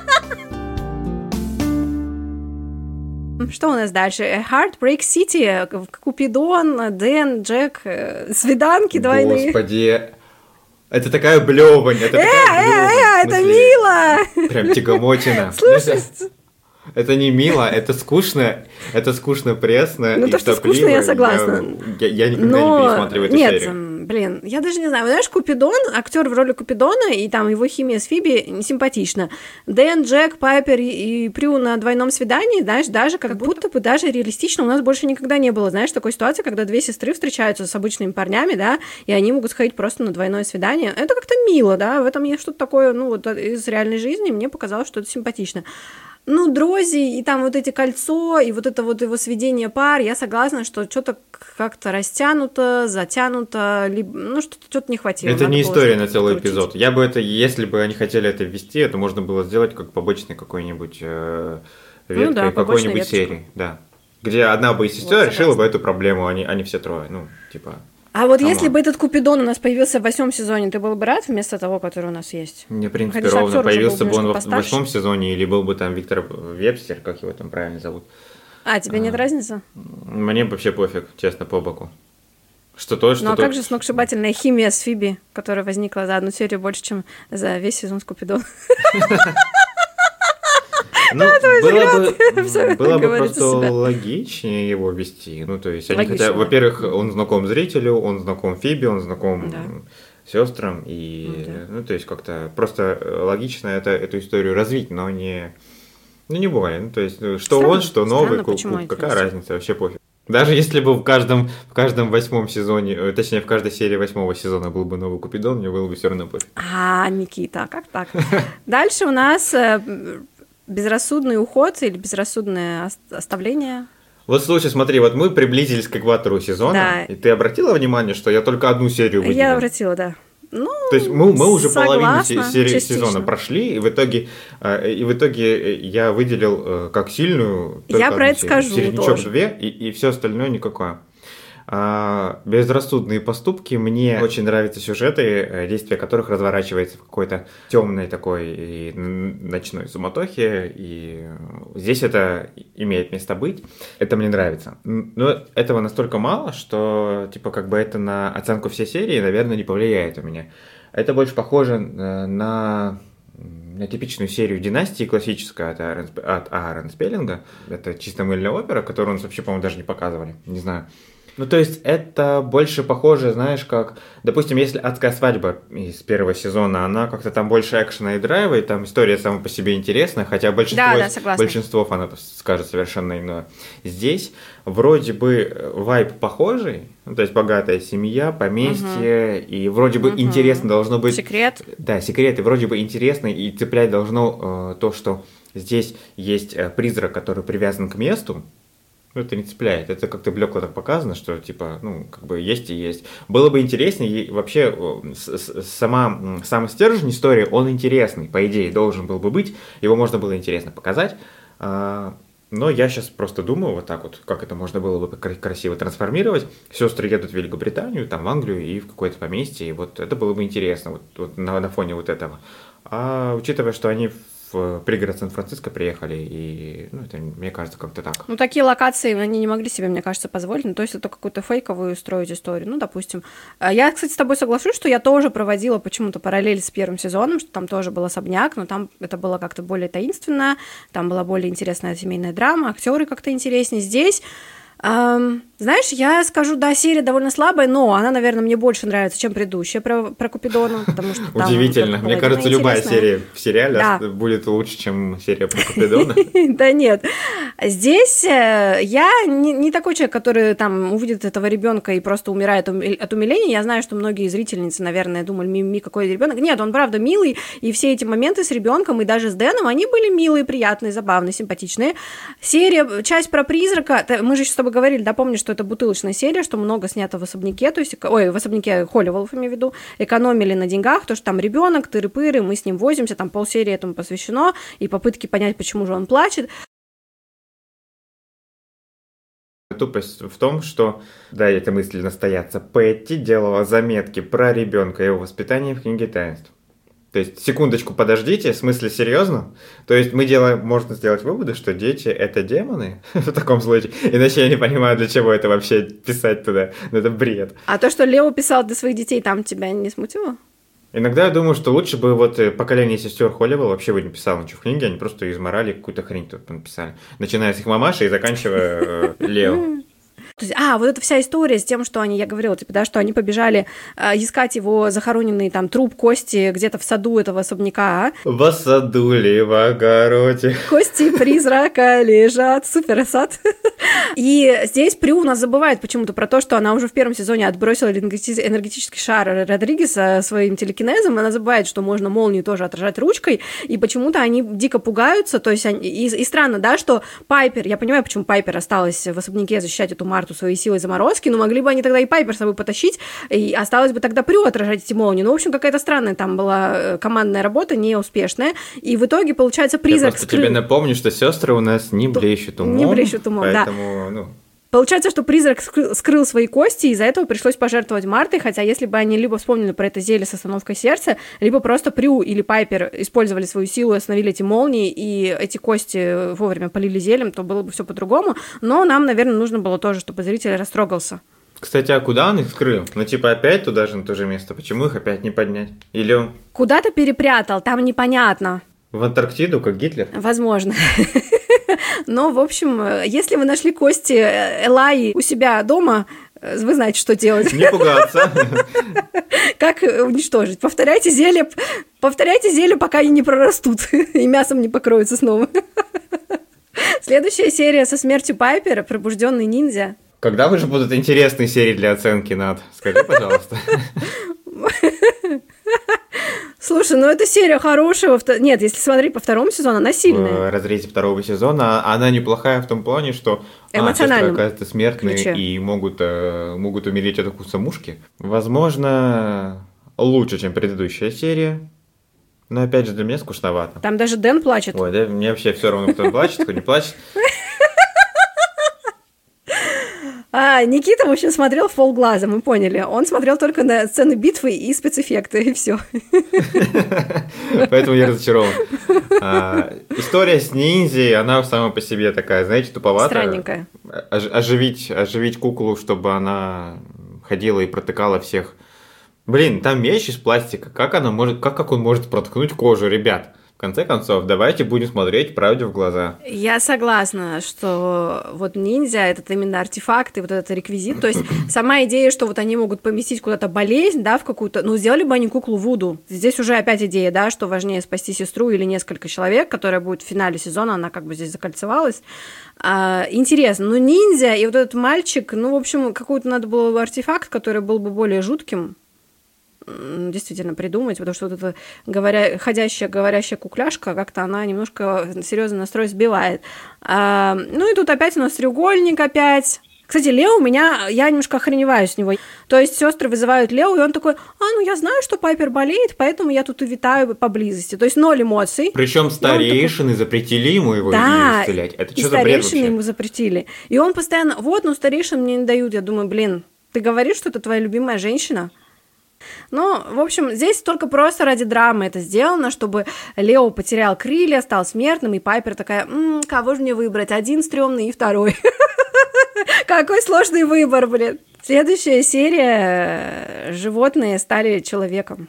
B: Что у нас дальше? Heartbreak City, Купидон, Дэн, Джек, свиданки двойные.
A: Господи, это такая блёвань, это такая
B: блёвань. Это мило!
A: Прям тягомотина.
B: Слушай,
A: это не мило, это скучно, это скучно, пресно.
B: Ну, то, что скучно, я согласна.
A: Я, я, я никогда
B: Но...
A: не пересматриваю эту
B: Нет,
A: серию.
B: Блин, я даже не знаю. Знаешь, Купидон, актер в роли Купидона, и там его химия с Фиби симпатична. Дэн, Джек, Пайпер и, и Прю на двойном свидании, знаешь, даже как, как будто... будто бы даже реалистично у нас больше никогда не было, знаешь, такой ситуации, когда две сестры встречаются с обычными парнями, да, и они могут сходить просто на двойное свидание. Это как-то мило, да, в этом есть что-то такое, ну, вот из реальной жизни, мне показалось, что это симпатично. Ну, Дрози, и там вот эти кольцо, и вот это вот его сведение пар, я согласна, что что-то как-то растянуто, затянуто, либо, ну, что-то, что-то не хватило.
A: Это не история на целый крутить. Эпизод. Я бы это, если бы они хотели это ввести, это можно было сделать как побочный какой-нибудь э, веткой, ну, да, какой-нибудь веточка. Серии, да. Где одна бы из сестер вот, решила бы эту проблему, а не, а не все трое, ну, типа...
B: А вот если бы этот Купидон у нас появился в восьмом сезоне, ты был бы рад вместо того, который у нас есть?
A: Мне, в принципе, Конечно, ровно появился бы он в восьмом сезоне, или был бы там Виктор Вебстер, как его там правильно зовут.
B: А, тебе а, нет разницы?
A: Мне вообще пофиг, честно, по боку. Что то, что
B: Ну а
A: то...
B: как же сногсшибательная химия с Фиби, которая возникла за одну серию больше, чем за весь сезон с Купидоном?
A: Ну, было бы, было бы просто логичнее его вести. Ну, то есть, они хотя, во-первых, он знаком зрителю, он знаком Фиби, он знаком да. сестрам, и, ну, да. ну, то есть, как-то просто логично это, эту историю развить, но не, ну, не более. Ну, то есть, что странно, он, что новый, странно, какая разница, вообще пофиг. Даже если бы в каждом, в каждом восьмом сезоне, точнее, в каждой серии восьмого сезона был бы новый Купидон, мне было бы все равно пофиг.
B: А, Никита, как так? Дальше у нас... Безрассудный уход или безрассудное оставление?
A: Вот слушай, смотри, вот мы приблизились к экватору сезона, да. И ты обратила внимание, что я только одну серию выделил?
B: Я обратила, да. Ну,
A: то есть мы, мы уже
B: согласна,
A: половину серии
B: частично.
A: сезона прошли, и в итоге, и в итоге я выделил как сильную только
B: я про это
A: серию.
B: скажу
A: Середнячок
B: тоже.
A: две, и, и все остальное никакое. А, безрассудные поступки. Мне очень нравятся сюжеты, действия которых разворачивается в какой-то темной такой ночной суматохе, и здесь это имеет место быть. Это мне нравится. Но этого настолько мало, что типа как бы это на оценку всей серии, наверное, не повлияет у меня. Это больше похоже на... на типичную серию «Династии» классическую от Аарона, от Аарона Спеллинга. Это чисто мыльная опера, которую у нас вообще, по-моему, даже не показывали. Не знаю. Ну, то есть, это больше похоже, знаешь, как... Допустим, если «Адская свадьба» из первого сезона, она как-то там больше экшена и драйва, и там история сама по себе интересная, хотя большинство,
B: да, да,
A: большинство фанатов скажет совершенно иное. Здесь вроде бы вайб похожий, ну, то есть, богатая семья, поместье, угу. и вроде бы угу. интересно должно быть...
B: Секрет.
A: Да, секрет, и вроде бы интересно, и цеплять должно э, то, что здесь есть э, призрак, который привязан к месту. Ну, это не цепляет, это как-то блекло так показано, что, типа, ну, как бы есть и есть. Было бы интереснее, и вообще сама, сам стержень истории, он интересный, по идее, должен был бы быть, его можно было интересно показать, но я сейчас просто думаю вот так вот, как это можно было бы красиво трансформировать. Сестры едут в Великобританию, там, в Англию и в какое-то поместье, и вот это было бы интересно вот, вот на, на фоне вот этого. А учитывая, что они в пригород Сан-Франциско приехали, и, ну, это, мне кажется, как-то так.
B: Ну, такие локации они не могли себе, мне кажется, позволить, ну, то есть это какую-то фейковую строить историю, ну, допустим. Я, кстати, с тобой соглашусь, что я тоже проводила почему-то параллель с первым сезоном, что там тоже был особняк, но там это было как-то более таинственно, там была более интересная семейная драма, актеры как-то интереснее. Здесь... Um, Знаешь, я скажу, да, серия довольно слабая, но она, наверное, мне больше нравится, чем предыдущая про, про Купидона, потому что там
A: удивительно. Мне кажется, любая серия в сериале да. будет лучше, чем серия про Купидона.
B: Да нет. Здесь я не такой человек, который там увидит этого ребенка и просто умирает от умиления. Я знаю, что многие зрительницы, наверное, думали, Ми, какой ребенок. Нет, он правда милый, и все эти моменты с ребенком и даже с Дэном, они были милые, приятные, забавные, симпатичные. Серия, часть про призрака, мы же с тобой говорили, да, помнишь, что это бутылочная серия, что много снято в особняке, то есть, ой, в особняке Холливолов, имею в виду, экономили на деньгах, то, что там ребенок, тыры-пыры, мы с ним возимся, там полсерии этому посвящено, и попытки понять, почему же он плачет.
A: Тупость в том, что, да, эта мысль настояться, Петти делала заметки про ребенка и его воспитание в книге таинств. То есть, секундочку, подождите, в смысле, серьезно? То есть, мы делаем, можно сделать выводы, что дети — это демоны в таком случае? Иначе я не понимаю, для чего это вообще писать туда. Ну, это бред.
B: А то, что Лео писал для своих детей, там тебя не смутило?
A: Иногда я думаю, что лучше бы вот поколение сестер Холливелл вообще бы не писало ничего в книге, они просто из морали какую-то хрень тут написали. Начиная с их мамаши и заканчивая Лео.
B: То есть, а, вот эта вся история с тем, что они, я говорила тебе, да, что они побежали э, искать его захороненный там труп, кости где-то в саду этого особняка.
A: В саду ли в огороде.
B: Кости призрака лежат. Супер сад. И здесь Прю у нас забывает почему-то про то, что она уже в первом сезоне отбросила энергетический шар Родригеса своим телекинезом, она забывает, что можно молнию тоже отражать ручкой, и почему-то они дико пугаются, то есть они... и, и странно, да, что Пайпер, я понимаю, почему Пайпер осталась в особняке защищать эту Марту своей силой заморозки, но могли бы они тогда и Пайпер с собой потащить, и осталось бы тогда Прю отражать эти молнии. Ну, в общем, какая-то странная там была командная работа, неуспешная, и в итоге, получается, призрак...
A: Я просто скрыл... тебе напомню, что сестры у нас не блещут умом,
B: не блещут умом,
A: поэтому,
B: да.
A: Ну...
B: Получается, что призрак скрыл свои кости, и из-за этого пришлось пожертвовать Мартой, хотя если бы они либо вспомнили про это зелье с остановкой сердца, либо просто Прю или Пайпер использовали свою силу и остановили эти молнии, и эти кости вовремя полили зельем, то было бы все по-другому. Но нам, наверное, нужно было тоже, чтобы зритель растрогался.
A: Кстати, а куда он их скрыл? Ну, типа, опять туда же, на то же место. Почему их опять не поднять? Или он...
B: Куда-то перепрятал, там непонятно.
A: В Антарктиду, как Гитлер?
B: Возможно. Но, в общем, если вы нашли кости Элайи у себя дома, вы знаете, что делать.
A: Не пугаться.
B: Как уничтожить? Повторяйте зелье, повторяйте зелье, пока они не прорастут и мясом не покроются снова. Следующая серия со смертью Пайпера, пробужденный ниндзя.
A: Когда уже будут интересные серии для оценки, Над? Скажи, пожалуйста.
B: Слушай, ну эта серия хорошая. Нет, если смотреть по второму сезону, она сильная.
A: В разрезе второго сезона она неплохая в том плане, что
B: эмоционально,
A: а, оказывается, смертные
B: ключе.
A: И могут, могут умереть от укуса мушки. Возможно, лучше, чем предыдущая серия. Но опять же, для меня скучновато.
B: Там даже Дэн плачет.
A: Ой, да, мне вообще все равно, кто плачет, кто не плачет.
B: А, Никита, в общем, смотрел в полглаза, мы поняли. Он смотрел только на сцены битвы и спецэффекты, и все.
A: Поэтому я разочарован. А, история с ниндзей, она сама по себе такая, знаете, туповатая.
B: Странненькая.
A: Оживить, оживить куклу, чтобы она ходила и протыкала всех. Блин, там меч из пластика. Как она может, как, как он может проткнуть кожу, ребят? В конце концов, давайте будем смотреть правде в глаза.
B: Я согласна, что вот ниндзя — это именно артефакт и вот этот реквизит. То есть сама идея, что вот они могут поместить куда-то болезнь, да, в какую-то... Ну, сделали бы они куклу Вуду. Здесь уже опять идея, да, что важнее спасти сестру или несколько человек, которая будет в финале сезона, она как бы здесь закольцевалась. А, интересно. Ну, ниндзя и вот этот мальчик, ну, в общем, какой-то надо было артефакт, который был бы более жутким, действительно придумать, потому что вот эта говоря, ходящая, говорящая кукляшка, как-то она немножко серьезный настрой сбивает. А, ну и тут опять у нас треугольник опять. Кстати, Лео у меня, я немножко охреневаю с него. То есть сестры вызывают Лео, и он такой: а, ну я знаю, что Пайпер болеет, поэтому я тут и витаю поблизости. То есть ноль эмоций.
A: Причем старейшины такой... запретили ему его
B: да,
A: исцелять. Это
B: и
A: что за бред вообще?
B: Старейшины ему запретили. И он постоянно, вот, ну старейшин мне не дают. Я думаю, блин, ты говоришь, что это твоя любимая женщина? Ну, в общем, здесь только просто ради драмы это сделано, чтобы Лео потерял крылья, стал смертным, и Пайпер такая: м-м, кого же мне выбрать? Один стрёмный и второй. Какой сложный выбор, блин. Следующая серия. Животные стали человеком. Ну,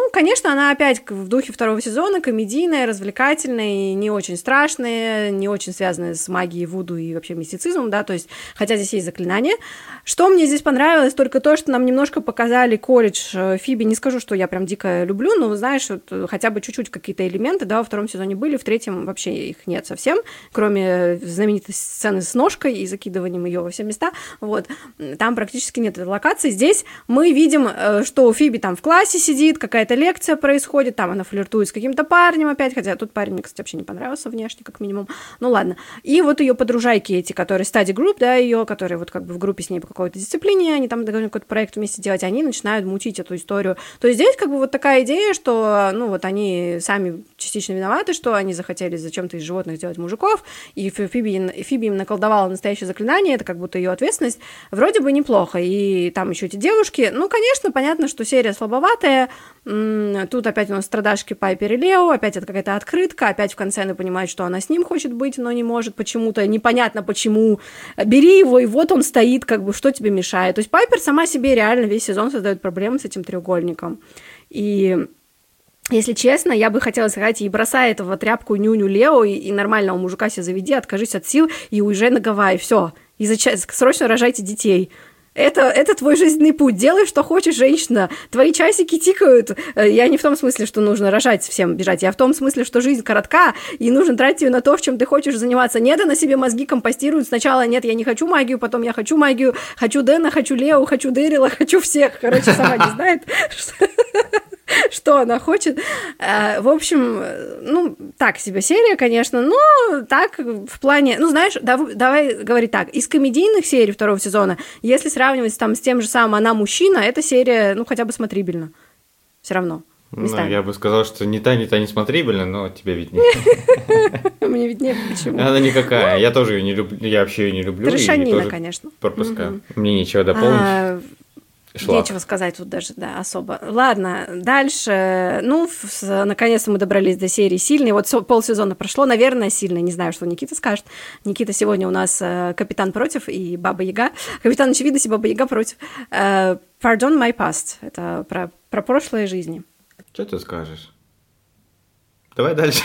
B: Ну, конечно, она опять в духе второго сезона, комедийная, развлекательная, не очень страшная, не очень связанная с магией, вуду и вообще мистицизмом, да, то есть, хотя здесь есть заклинания. Что мне здесь понравилось, только то, что нам немножко показали колледж Фиби, не скажу, что я прям дико люблю, но, знаешь, вот, хотя бы чуть-чуть какие-то элементы, да, во втором сезоне были, в третьем вообще их нет совсем, кроме знаменитой сцены с ножкой и закидыванием ее во все места, вот, там практически нет этой локации. Здесь мы видим, что у Фиби там в классе сидит, какая-то лекция происходит, там она флиртует с каким-то парнем опять, хотя тут парень мне, кстати, вообще не понравился внешне, как минимум, ну ладно. И вот ее подружайки эти, которые study group, да, ее, которые вот как бы в группе с ней по какой-то дисциплине, они там какой-то проект вместе делать, они начинают мутить эту историю. То есть здесь как бы вот такая идея, что, ну, вот они сами частично виноваты, что они захотели зачем-то из животных сделать мужиков, и Фиби, Фиби им наколдовала настоящее заклинание, это как будто ее ответственность. Вроде бы неплохо. И там еще эти девушки. Ну, конечно, понятно, что серия слабоватая. Тут опять у нас страдашки Пайпер и Лео, опять это какая-то открытка, опять в конце она понимает, что она с ним хочет быть, но не может почему-то, непонятно почему. Бери его, и вот он стоит, как бы, что тебе мешает. То есть Пайпер сама себе реально весь сезон создает проблемы с этим треугольником. И... Если честно, я бы хотела сказать, и бросай этого тряпку нюню Лео, и, и нормального мужика себе заведи, откажись от сил и уезжай на Гавайи, все, и зачем, срочно рожайте детей. Это, это твой жизненный путь, делай, что хочешь, женщина, твои часики тикают. Я не в том смысле, что нужно рожать всем, бежать, я в том смысле, что жизнь коротка, и нужно тратить ее на то, в чем ты хочешь заниматься. Нет, она себе мозги компостирует, сначала нет, я не хочу магию, потом я хочу магию, хочу Дэна, хочу Лео, хочу Дэрила, хочу всех, короче, сама не знает, что... что она хочет. В общем, ну, так себе серия, конечно, но так в плане... Ну, знаешь, дав- давай говорить так. Из комедийных серий второго сезона, если сравнивать там с тем же самым «Она мужчина», эта серия, ну, хотя бы смотрибельна. Все равно.
A: Ну, я бы сказал, что ни та, ни та не смотрибельна, но тебе виднее.
B: Мне виднее, почему.
A: Она никакая. Я тоже ее не люблю. Я вообще ее не люблю.
B: Трешанина, конечно.
A: Пропускаю. Мне нечего дополнить. Шлак.
B: Нечего сказать тут даже, да, особо. Ладно, дальше. Ну, с, наконец-то мы добрались до серии «Сильный». Вот со, полсезона прошло, наверное, «Сильный». Не знаю, что Никита скажет. Никита сегодня у нас э, капитан против и Баба Яга. Капитан очевидности, Баба Яга против. Э, Pardon my past. Это про, про прошлые жизни.
A: Что ты скажешь? Давай дальше.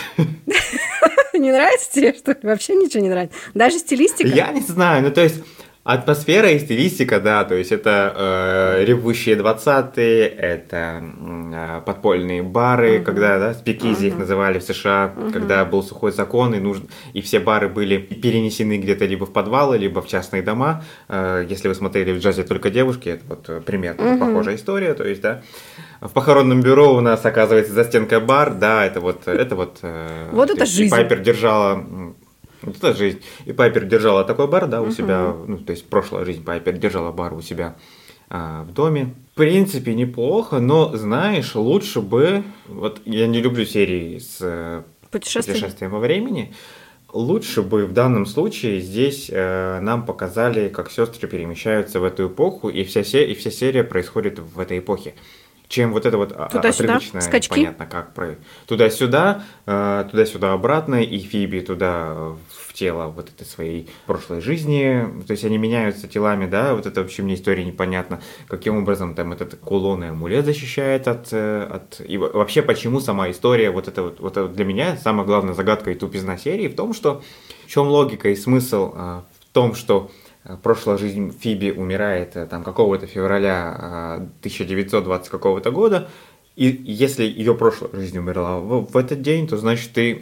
B: Не нравится тебе, что ли? Вообще ничего не нравится? Даже стилистика?
A: Я не знаю, ну то есть... Атмосфера и стилистика, да, то есть это э, ревущие двадцатые, это э, подпольные бары, uh-huh. когда, да, спикизи uh-huh. их называли в США, uh-huh. когда был сухой закон, и, нужно, и все бары были перенесены где-то либо в подвалы, либо в частные дома. Э, если вы смотрели «В джазе только девушки», это вот примерно uh-huh. похожая история, то есть, да. В похоронном бюро у нас, оказывается, за стенкой бар, да, это вот... Это вот, э,
B: вот это жизнь.
A: Пайпер держала... Вот это жизнь. И Пайпер держала такой бар, да, у uh-huh. себя, ну, то есть прошлая жизнь Пайпер держала бар у себя а, в доме. В принципе, неплохо, но, знаешь, лучше бы... Вот я не люблю серии с
B: Путешествие.
A: путешествием во времени. Лучше бы в данном случае здесь э, нам показали, как сестры перемещаются в эту эпоху, и вся, се- и вся серия происходит в этой эпохе. Чем вот это вот отрывочное, непонятно как, про... туда-сюда, э, туда-сюда обратно, и Фиби туда в тело вот этой своей прошлой жизни, то есть они меняются телами, да, вот это вообще мне история непонятна, каким образом там этот кулон и амулет защищает от, от... И вообще почему сама история, вот это вот, вот это для меня самая главная загадка и тупизна серии в том, что в чем логика и смысл э, в том, что прошлая жизнь Фиби умирает там какого-то февраля тысяча девятьсот двадцатого какого-то года, и если ее прошлая жизнь умерла в, в этот день, то значит ты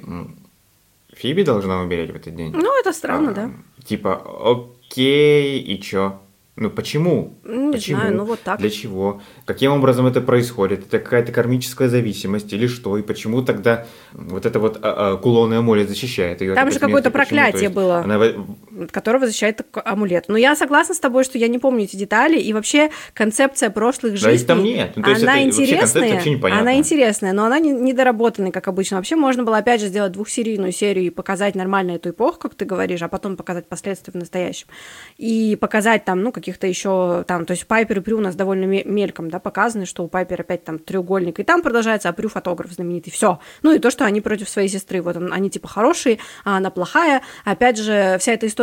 A: Фиби должна умереть в этот день.
B: Ну, это странно, а,
A: да. Типа, окей, и чё? Ну, почему?
B: Не
A: почему?
B: знаю, ну вот так.
A: Для чего? Каким образом это происходит? Это какая-то кармическая зависимость или что? И почему тогда вот это вот а, а, кулон и амулет защищает ее?
B: Там же какое-то проклятие было, она... от которого защищает амулет. Но я согласна с тобой, что я не помню эти детали, и вообще концепция прошлых жизней...
A: Да, там нет. Ну, то есть
B: она
A: это
B: интересная,
A: она
B: интересная, но она не, недоработанная, как обычно. Вообще можно было, опять же, сделать двухсерийную серию и показать нормально эту эпоху, как ты говоришь, а потом показать последствия в настоящем. И показать там, ну, каких-то еще там, то есть Пайпер и Прю у нас довольно мельком, да, показаны, что у Пайпер опять там треугольник, и там продолжается, а Прю фотограф знаменитый, все. Ну и то, что они против своей сестры, вот он, они типа хорошие, а она плохая. Опять же, вся эта история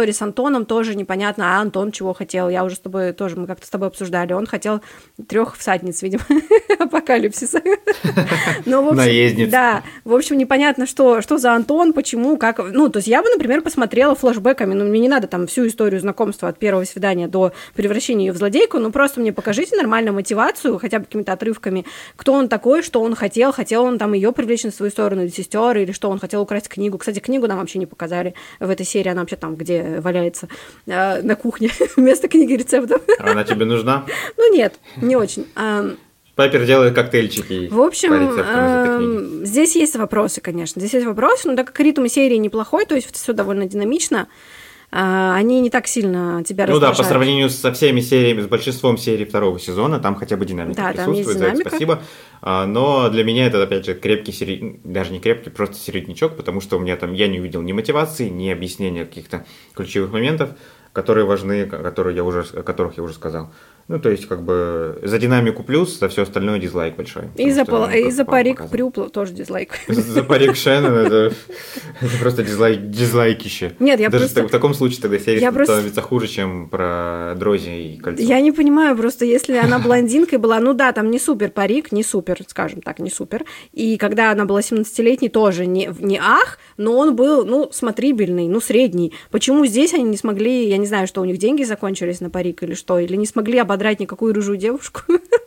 B: история с Антоном тоже непонятно, а Антон чего хотел. Я уже с тобой тоже, мы как-то с тобой обсуждали. Он хотел трех всадниц, видимо, апокалипсиса.
A: Наездниц.
B: Да, в общем, непонятно, что, что за Антон, почему, как... Ну, то есть я бы, например, посмотрела флешбэками, но мне не надо там всю историю знакомства от первого свидания до превращения ее в злодейку, ну, просто мне покажите нормальную мотивацию, хотя бы какими-то отрывками, кто он такой, что он хотел, хотел он там ее привлечь на свою сторону, или сестер, или что он хотел украсть книгу. Кстати, книгу нам вообще не показали в этой серии, она вообще там, где валяется, э, на кухне, вместо книги рецептов.
A: Она тебе нужна?
B: Ну, нет, не очень.
A: Пайпер делает коктейльчики.
B: В общем, здесь есть вопросы, конечно. Здесь есть вопросы, но так как ритм серии неплохой, то есть все довольно динамично, они не так сильно тебя раздражают.
A: Ну да, по сравнению со всеми сериями, с большинством серий второго сезона, там хотя бы динамика
B: да,
A: присутствует, за это спасибо. Но для меня это, опять же, крепкий середнячок, даже не крепкий, просто середнячок, потому что у меня там, я не увидел ни мотивации, ни объяснения каких-то ключевых моментов, которые важны, которые я уже, о которых я уже сказал. Ну, то есть, как бы, за динамику плюс, за все остальное дизлайк большой.
B: И за, пол... и за парик Прю тоже дизлайк.
A: За парик Шеннон это просто дизлайкище.
B: Нет, я
A: просто... в таком случае тогда серия становится
B: просто...
A: хуже, чем про Дрози и Кольцо.
B: Я не понимаю, просто если она блондинкой была, ну да, там не супер парик, не супер, скажем так, не супер. И когда она была семнадцатилетней, тоже не, не ах, но он был, ну, смотрибельный, ну, средний. Почему здесь они не смогли, я не знаю, что у них деньги закончились на парик или что, или не смогли ободрать никакую рыжую девушку.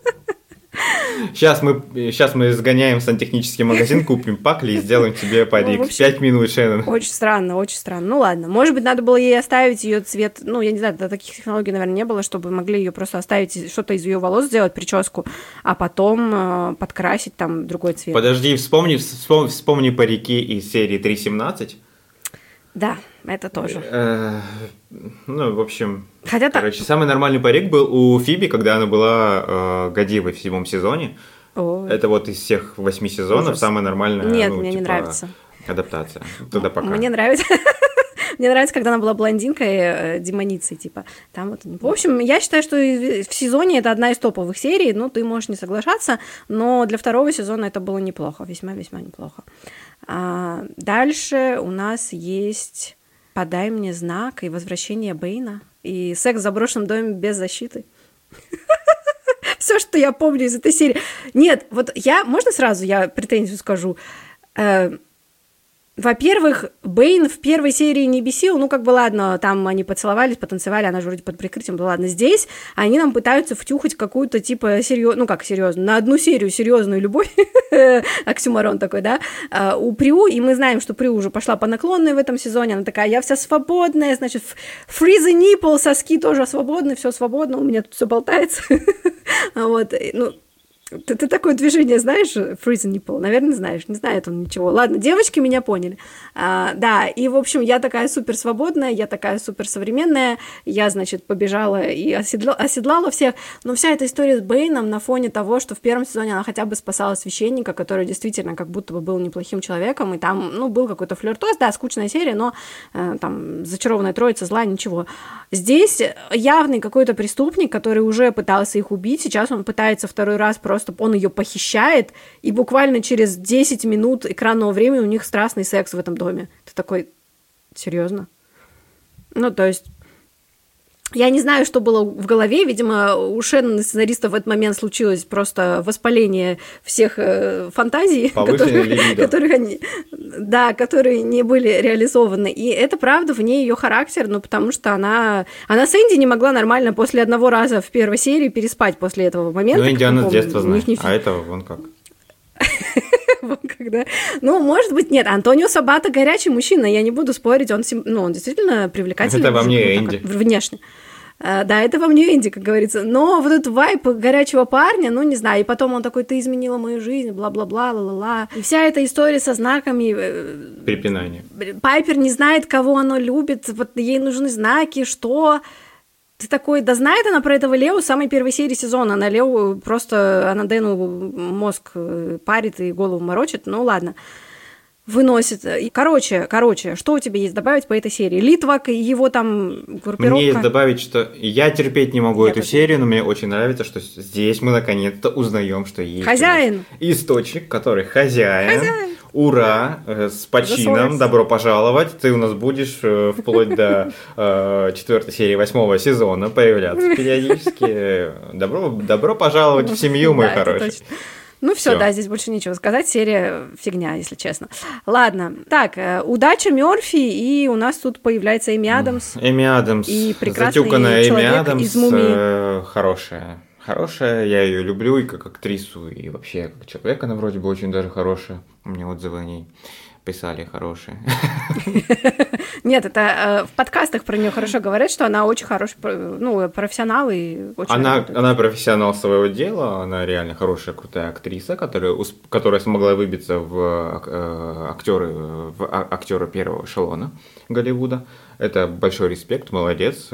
A: Сейчас мы, сейчас мы сгоняем в сантехнический магазин, купим пакли и сделаем тебе парик. Ну, Пять минут, Шеннон.
B: Очень странно, очень странно. Ну ладно, может быть, надо было ей оставить ее цвет, ну, я не знаю, таких технологий, наверное, не было, чтобы могли ее просто оставить, что-то из ее волос сделать, прическу, а потом э, подкрасить там другой цвет.
A: Подожди, вспомни, вспомни, вспомни парики из серии три точка семнадцать.
B: Да, это тоже.
A: Ну, в общем,
B: Хотя
A: короче,
B: так...
A: самый нормальный парик был у Фиби, когда она была э, Годивой в седьмом сезоне.
B: Ой.
A: Это вот из всех восьми сезонов Ужас. Самая нормальная
B: Нет,
A: ну,
B: мне
A: типа,
B: не нравится.
A: Адаптация. Туда пока.
B: Мне нравится... Мне нравится, когда она была блондинкой, демоницей, типа. Там вот... В общем, я считаю, что в сезоне это одна из топовых серий, ну, ты можешь не соглашаться, но для второго сезона это было неплохо, весьма-весьма неплохо. А дальше у нас есть «Подай мне знак» и «Возвращение Бэйна», и «Секс в заброшенном доме без защиты». Все, что я помню из этой серии. Нет, вот я... Можно сразу я претензию скажу? Во-первых, Бэйн в первой серии не бесил, ну, как бы, ладно, там они поцеловались, потанцевали, она же вроде под прикрытием была, ладно, здесь они нам пытаются втюхать какую-то, типа, серьезную, ну, как серьезную, на одну серию серьезную любовь, оксюморон такой, да, у Прю, и мы знаем, что Прю уже пошла по наклонной в этом сезоне, она такая, я вся свободная, значит, free the nipple, соски тоже свободны, все свободно, у меня тут все болтается, вот, ну, Ты, ты такое движение знаешь, freeze and nipple? Наверное, знаешь, не знает он ничего. Ладно, девочки меня поняли. А, да, и, в общем, я такая супер свободная, я такая супер современная, я, значит, побежала и оседла, оседлала всех, но вся эта история с Бэйном на фоне того, что в первом сезоне она хотя бы спасала священника, который действительно как будто бы был неплохим человеком, и там, ну, был какой-то флиртоз, да, скучная серия, но э, там зачарованная троица зла, ничего. Здесь явный какой-то преступник, который уже пытался их убить, сейчас он пытается второй раз просто он ее похищает, и буквально через десять минут экранного времени у них страстный секс в этом доме. Ты такой, серьезно? Ну, то есть, я не знаю, что было в голове, видимо, у Шеннон и сценаристов в этот момент случилось просто воспаление всех э, фантазий, которые, которых они, да, которые не были реализованы. И это правда, в ней ее характер, ну, потому что она, она с Энди не могла нормально после одного раза в первой серии переспать после этого момента.
A: Ну, Энди она с детства знает, не... а этого вон как.
B: Вон когда. Ну, может быть, нет. Антонио Сабата горячий мужчина, я не буду спорить, он, ну, он действительно привлекательный.
A: Это во мне Энди.
B: Внешне. Да, это во мне Энди, как говорится. Но вот этот вайп горячего парня, ну, не знаю, и потом он такой, ты изменила мою жизнь, бла-бла-бла, ла-ла-ла. И вся эта история со знаками...
A: Препинание.
B: Пайпер не знает, кого она любит, вот ей нужны знаки, что... Ты такой, да знает она про этого Лео с самой первой серии сезона. Она Лео просто, она Дэну мозг парит и голову морочит, ну, ладно. Выносит. Короче, короче, что у тебя есть добавить по этой серии? Литвак и его там группировка?
A: Мне есть добавить, что я терпеть не могу я эту серию, но мне очень нравится, что здесь мы наконец-то узнаем, что есть
B: хозяин.
A: источник, который хозяин.
B: Хозяин.
A: Ура! С почином, добро пожаловать! Ты у нас будешь вплоть до э, четвертой серии восьмого сезона появляться периодически. Добро, добро пожаловать в семью, мой хороший.
B: Ну все, да, здесь больше нечего сказать. Серия фигня, если честно. Ладно. Так, удача Мёрфи, и у нас тут появляется Эми Адамс.
A: Эми Адамс.
B: И прекрасный
A: затюканная Эми
B: человек
A: Адамс,
B: из «Мумии».
A: Хорошая. Хорошая, я ее люблю и как актрису, и вообще как человек она вроде бы очень даже хорошая. У меня отзывы о ней писали хорошие.
B: Нет, это в подкастах про нее хорошо говорят, что она очень хороший, ну, профессионал и очень.
A: Она, она профессионал своего дела, она реально хорошая, крутая актриса, которая, которая смогла выбиться в актеры, в актеры первого эшелона Голливуда. Это большой респект, молодец.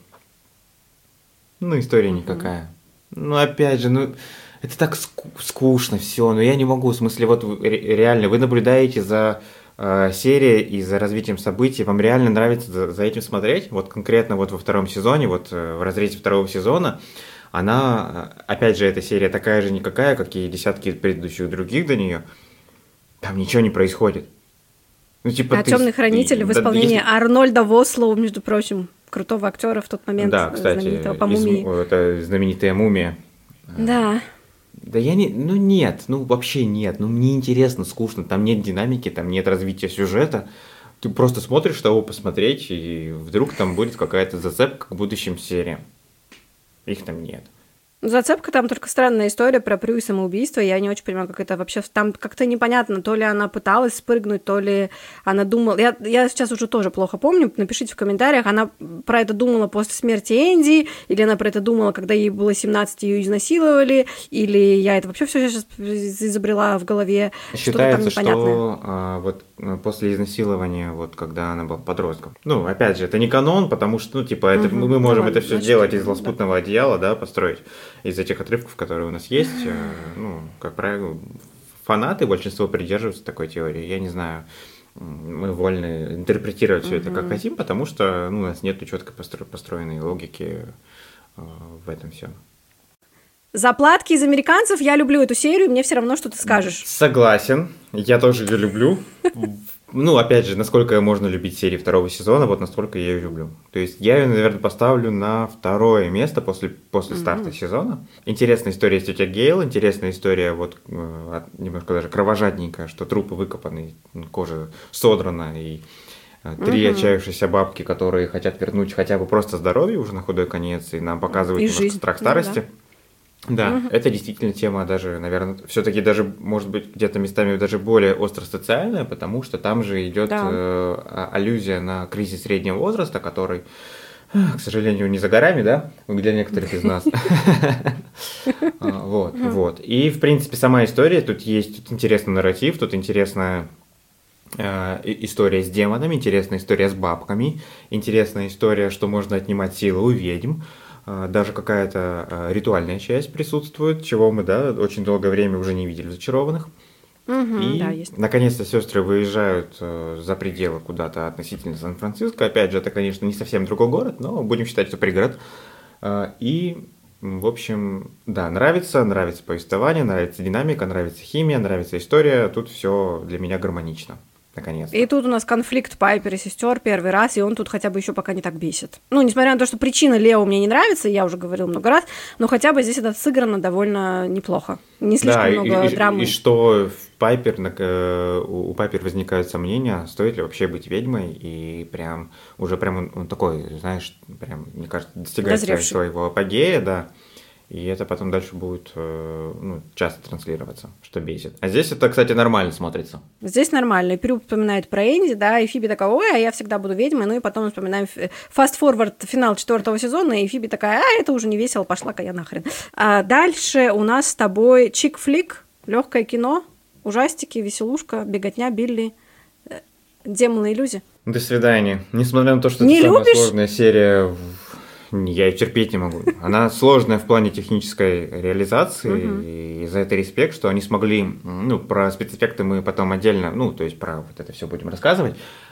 A: Ну, история никакая. Ну, опять же, ну, это так скучно все, но я не могу, в смысле, вот реально, вы наблюдаете за э, серией и за развитием событий, вам реально нравится за, за этим смотреть, вот конкретно вот во втором сезоне, вот э, в разрезе второго сезона, она, опять же, эта серия такая же никакая, как и десятки предыдущих других до нее, там ничего не происходит.
B: Ну, типа, а ты... «Темный хранитель» в исполнении если... Арнольда Вослоу, между прочим, крутого актера в тот момент,
A: да, кстати,
B: знаменитого по «Мумии».
A: Из... Это знаменитая «Мумия».
B: Да.
A: Да я не... Ну нет, ну вообще нет. Ну мне интересно, скучно. Там нет динамики, там нет развития сюжета. Ты просто смотришь того посмотреть, и вдруг там будет какая-то зацепка к будущим сериям. Их там нет.
B: Зацепка там только странная история про Прю и самоубийство. Я не очень понимаю, как это вообще... Там как-то непонятно, то ли она пыталась спрыгнуть, то ли она думала... Я, я сейчас уже тоже плохо помню, напишите в комментариях, она про это думала после смерти Энди, или она про это думала, когда ей было семнадцать, ее изнасиловали, или я это вообще все сейчас изобрела в голове.
A: Считается, что а, вот после изнасилования, вот когда она была подростком. Ну, опять же, это не канон, потому что, ну, типа, это, угу, мы можем ну, это все сделать из лоскутного да. одеяла, да, построить. Из этих отрывков, которые у нас есть, ну, как правило, фанаты, большинство придерживаются такой теории. Я не знаю, мы вольны интерпретировать все это как хотим, потому что ну, у нас нет четко постро- построенной логики э, в этом всем.
B: Заплатки из американцев, я люблю эту серию, мне все равно, что ты скажешь.
A: Согласен, я тоже ее люблю. Ну, опять же, насколько можно любить серии второго сезона, вот настолько я ее люблю. То есть я ее, наверное, поставлю на второе место после, после mm-hmm. старта сезона. Интересная история с тетя Гейл, интересная история, вот немножко даже кровожадненькая, что трупы выкопаны, кожа содрана, и три mm-hmm. отчаявшиеся бабки, которые хотят вернуть хотя бы просто здоровье уже на худой конец, и нам показывают и немножко жизнь. Страх старости. Mm-hmm. Да, угу. это действительно тема даже, наверное, все-таки даже, может быть, где-то местами даже более остро-социальная, потому что там же идет да. э, аллюзия на кризис среднего возраста, который, к сожалению, не за горами, да, для некоторых из нас. Вот, вот. И, в принципе, сама история, тут есть тут интересный нарратив, тут интересная история с демонами, интересная история с бабками, интересная история, что можно отнимать силы у ведьм. Даже какая-то ритуальная часть присутствует, чего мы, да, очень долгое время уже не видели в «Зачарованных».
B: Угу,
A: и,
B: да, есть.
A: наконец-то, сестры выезжают за пределы куда-то относительно Сан-Франциско. Опять же, это, конечно, не совсем другой город, но будем считать, что пригород. И, в общем, да, нравится, нравится повествование, нравится динамика, нравится химия, нравится история. Тут все для меня гармонично. Наконец-то.
B: И тут у нас конфликт Пайпер и сестер первый раз, и он тут хотя бы еще пока не так бесит. Ну, несмотря на то, что причина Лео мне не нравится, я уже говорила много раз, но хотя бы здесь это сыграно довольно неплохо. Не слишком да, много
A: и,
B: драмы.
A: И, и что в Пайпер, у Пайпер возникают сомнения, стоит ли вообще быть ведьмой, и прям уже прям он, он такой, знаешь, прям, мне кажется, достигает своего апогея, да. И это потом дальше будет ну, часто транслироваться, что бесит. А здесь это, кстати, нормально смотрится.
B: Здесь нормально. И Прю вспоминает про Энди, да, и Фиби такая, ой, а я всегда буду ведьмой. Ну и потом вспоминаем фаст-форвард финал четвертого сезона, и Фиби такая, а, это уже не весело, пошла-ка я нахрен. А дальше у нас с тобой чик-флик, легкое кино, ужастики, веселушка, беготня, Билли, демоны иллюзии.
A: До свидания. Несмотря на то, что
B: не
A: это
B: любишь?
A: Самая сложная серия... Я ее терпеть не могу. Она сложная в плане технической реализации, uh-huh. и за это респект, что они смогли, ну, про спецэффекты мы потом отдельно, ну, то есть про вот это все будем рассказывать,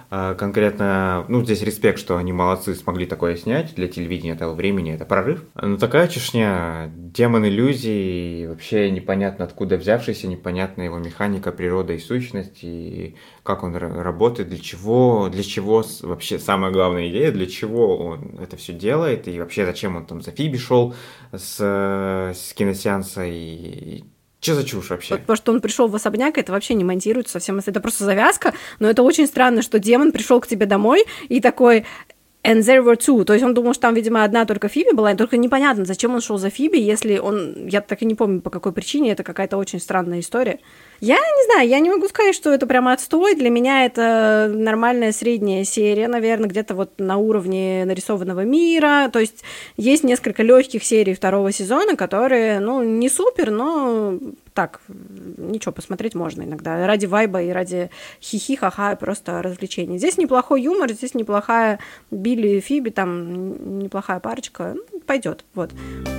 A: конкретно, ну, здесь респект, что они молодцы, смогли такое снять для телевидения того времени, это прорыв. Ну, такая чешня, демон иллюзий, вообще непонятно откуда взявшийся, непонятна его механика, природа и сущность, и как он работает, для чего, для чего вообще самая главная идея, для чего он это все делает, и вообще зачем он там за Фиби шел с, с киносеанса, и что за чушь вообще?
B: Потому что он пришел в особняк, это вообще не монтируется совсем. Это просто завязка, но это очень странно, что демон пришел к тебе домой и такой... And there were two. То есть он думал, что там, видимо, одна только Фиби была, и только непонятно, зачем он шел за Фиби, если он... Я так и не помню, по какой причине, это какая-то очень странная история. Я не знаю, я не могу сказать, что это прямо отстой. Для меня это нормальная средняя серия, наверное, где-то вот на уровне нарисованного мира. То есть есть несколько легких серий второго сезона, которые, ну, не супер, но так, ничего, посмотреть можно иногда. Ради вайба и ради хихи-ха-ха, просто развлечений. Здесь неплохой юмор, здесь неплохая Билли и Фиби, там неплохая парочка. Ну, пойдет, вот.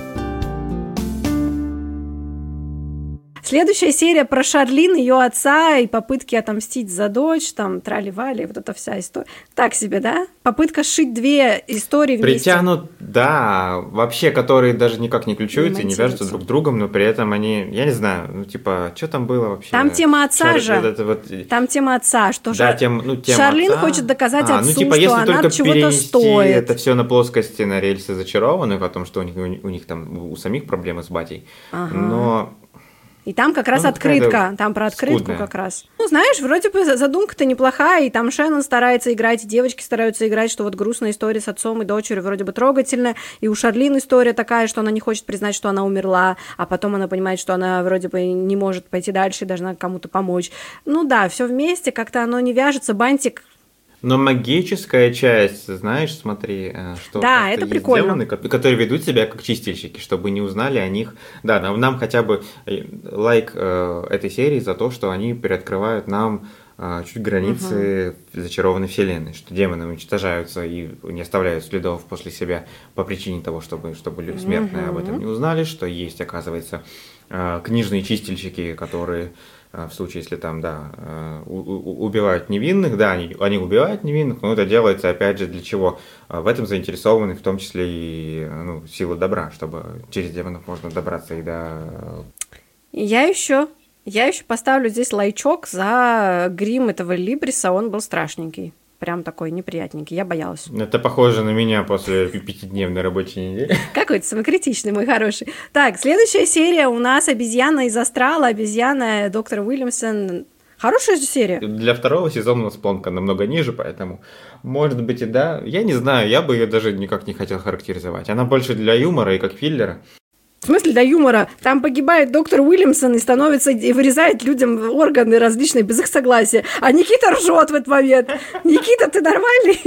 B: Следующая серия про Шарлин, ее отца и попытки отомстить за дочь, там, трали-вали, вот эта вся история. Так себе, да? Попытка сшить две истории вместе.
A: Притянут, да, вообще, которые даже никак не ключуются не и не вяжутся друг с другом, но при этом они, я не знаю, ну, типа, что там было вообще?
B: Там тема отца
A: Шар...
B: же,
A: это вот...
B: там тема отца, что
A: да,
B: Шар...
A: тем, ну, тема
B: Шарлин
A: отца...
B: хочет доказать
A: а,
B: отцу,
A: ну, типа,
B: что
A: если
B: она
A: только
B: чего-то стоит.
A: это все на плоскости, на рельсы зачарованных, о том, что у них, у них там у самих проблемы с батей, ага. но...
B: И там как раз ну, открытка, там про открытку скудная. Как раз. Ну, знаешь, вроде бы задумка-то неплохая, и там Шеннон старается играть, и девочки стараются играть, что вот грустная история с отцом и дочерью вроде бы трогательная, и у Шарлин история такая, что она не хочет признать, что она умерла, а потом она понимает, что она вроде бы не может пойти дальше и должна кому-то помочь. Ну да, все вместе, как-то оно не вяжется, бантик.
A: Но магическая часть, знаешь, смотри, что
B: да, это прикольно.
A: Демоны, которые ведут себя как чистильщики, чтобы не узнали о них. Да, нам, нам хотя бы лайк э, этой серии за то, что они приоткрывают нам э, чуть границы угу. зачарованной вселенной, что демоны уничтожаются и не оставляют следов после себя по причине того, чтобы, чтобы смертные угу. об этом не узнали, что есть, оказывается, э, книжные чистильщики, которые... в случае, если там, да, убивают невинных, да, они, они убивают невинных, но это делается, опять же, для чего? В этом заинтересованы в том числе и ну, силы добра, чтобы через демонов можно добраться и до...
B: Я еще, я еще поставлю здесь лайчок за грим этого Либриса, он был страшненький. Прям такой неприятненький, я боялась.
A: Это похоже на меня после пятидневной рабочей недели.
B: Какой ты самокритичный, мой хороший. Так, следующая серия у нас «Обезьяна из астрала», «Обезьяна» доктора Уильямсон. Хорошая же серия.
A: Для второго сезона у нас планка намного ниже, поэтому, может быть, и да. Я не знаю, я бы ее даже никак не хотел характеризовать. Она больше для юмора и как филлера.
B: В смысле для юмора? Там погибает доктор Уильямсон и становится, и вырезает людям органы различные без их согласия. А Никита ржет в этот момент. Никита, ты нормальный?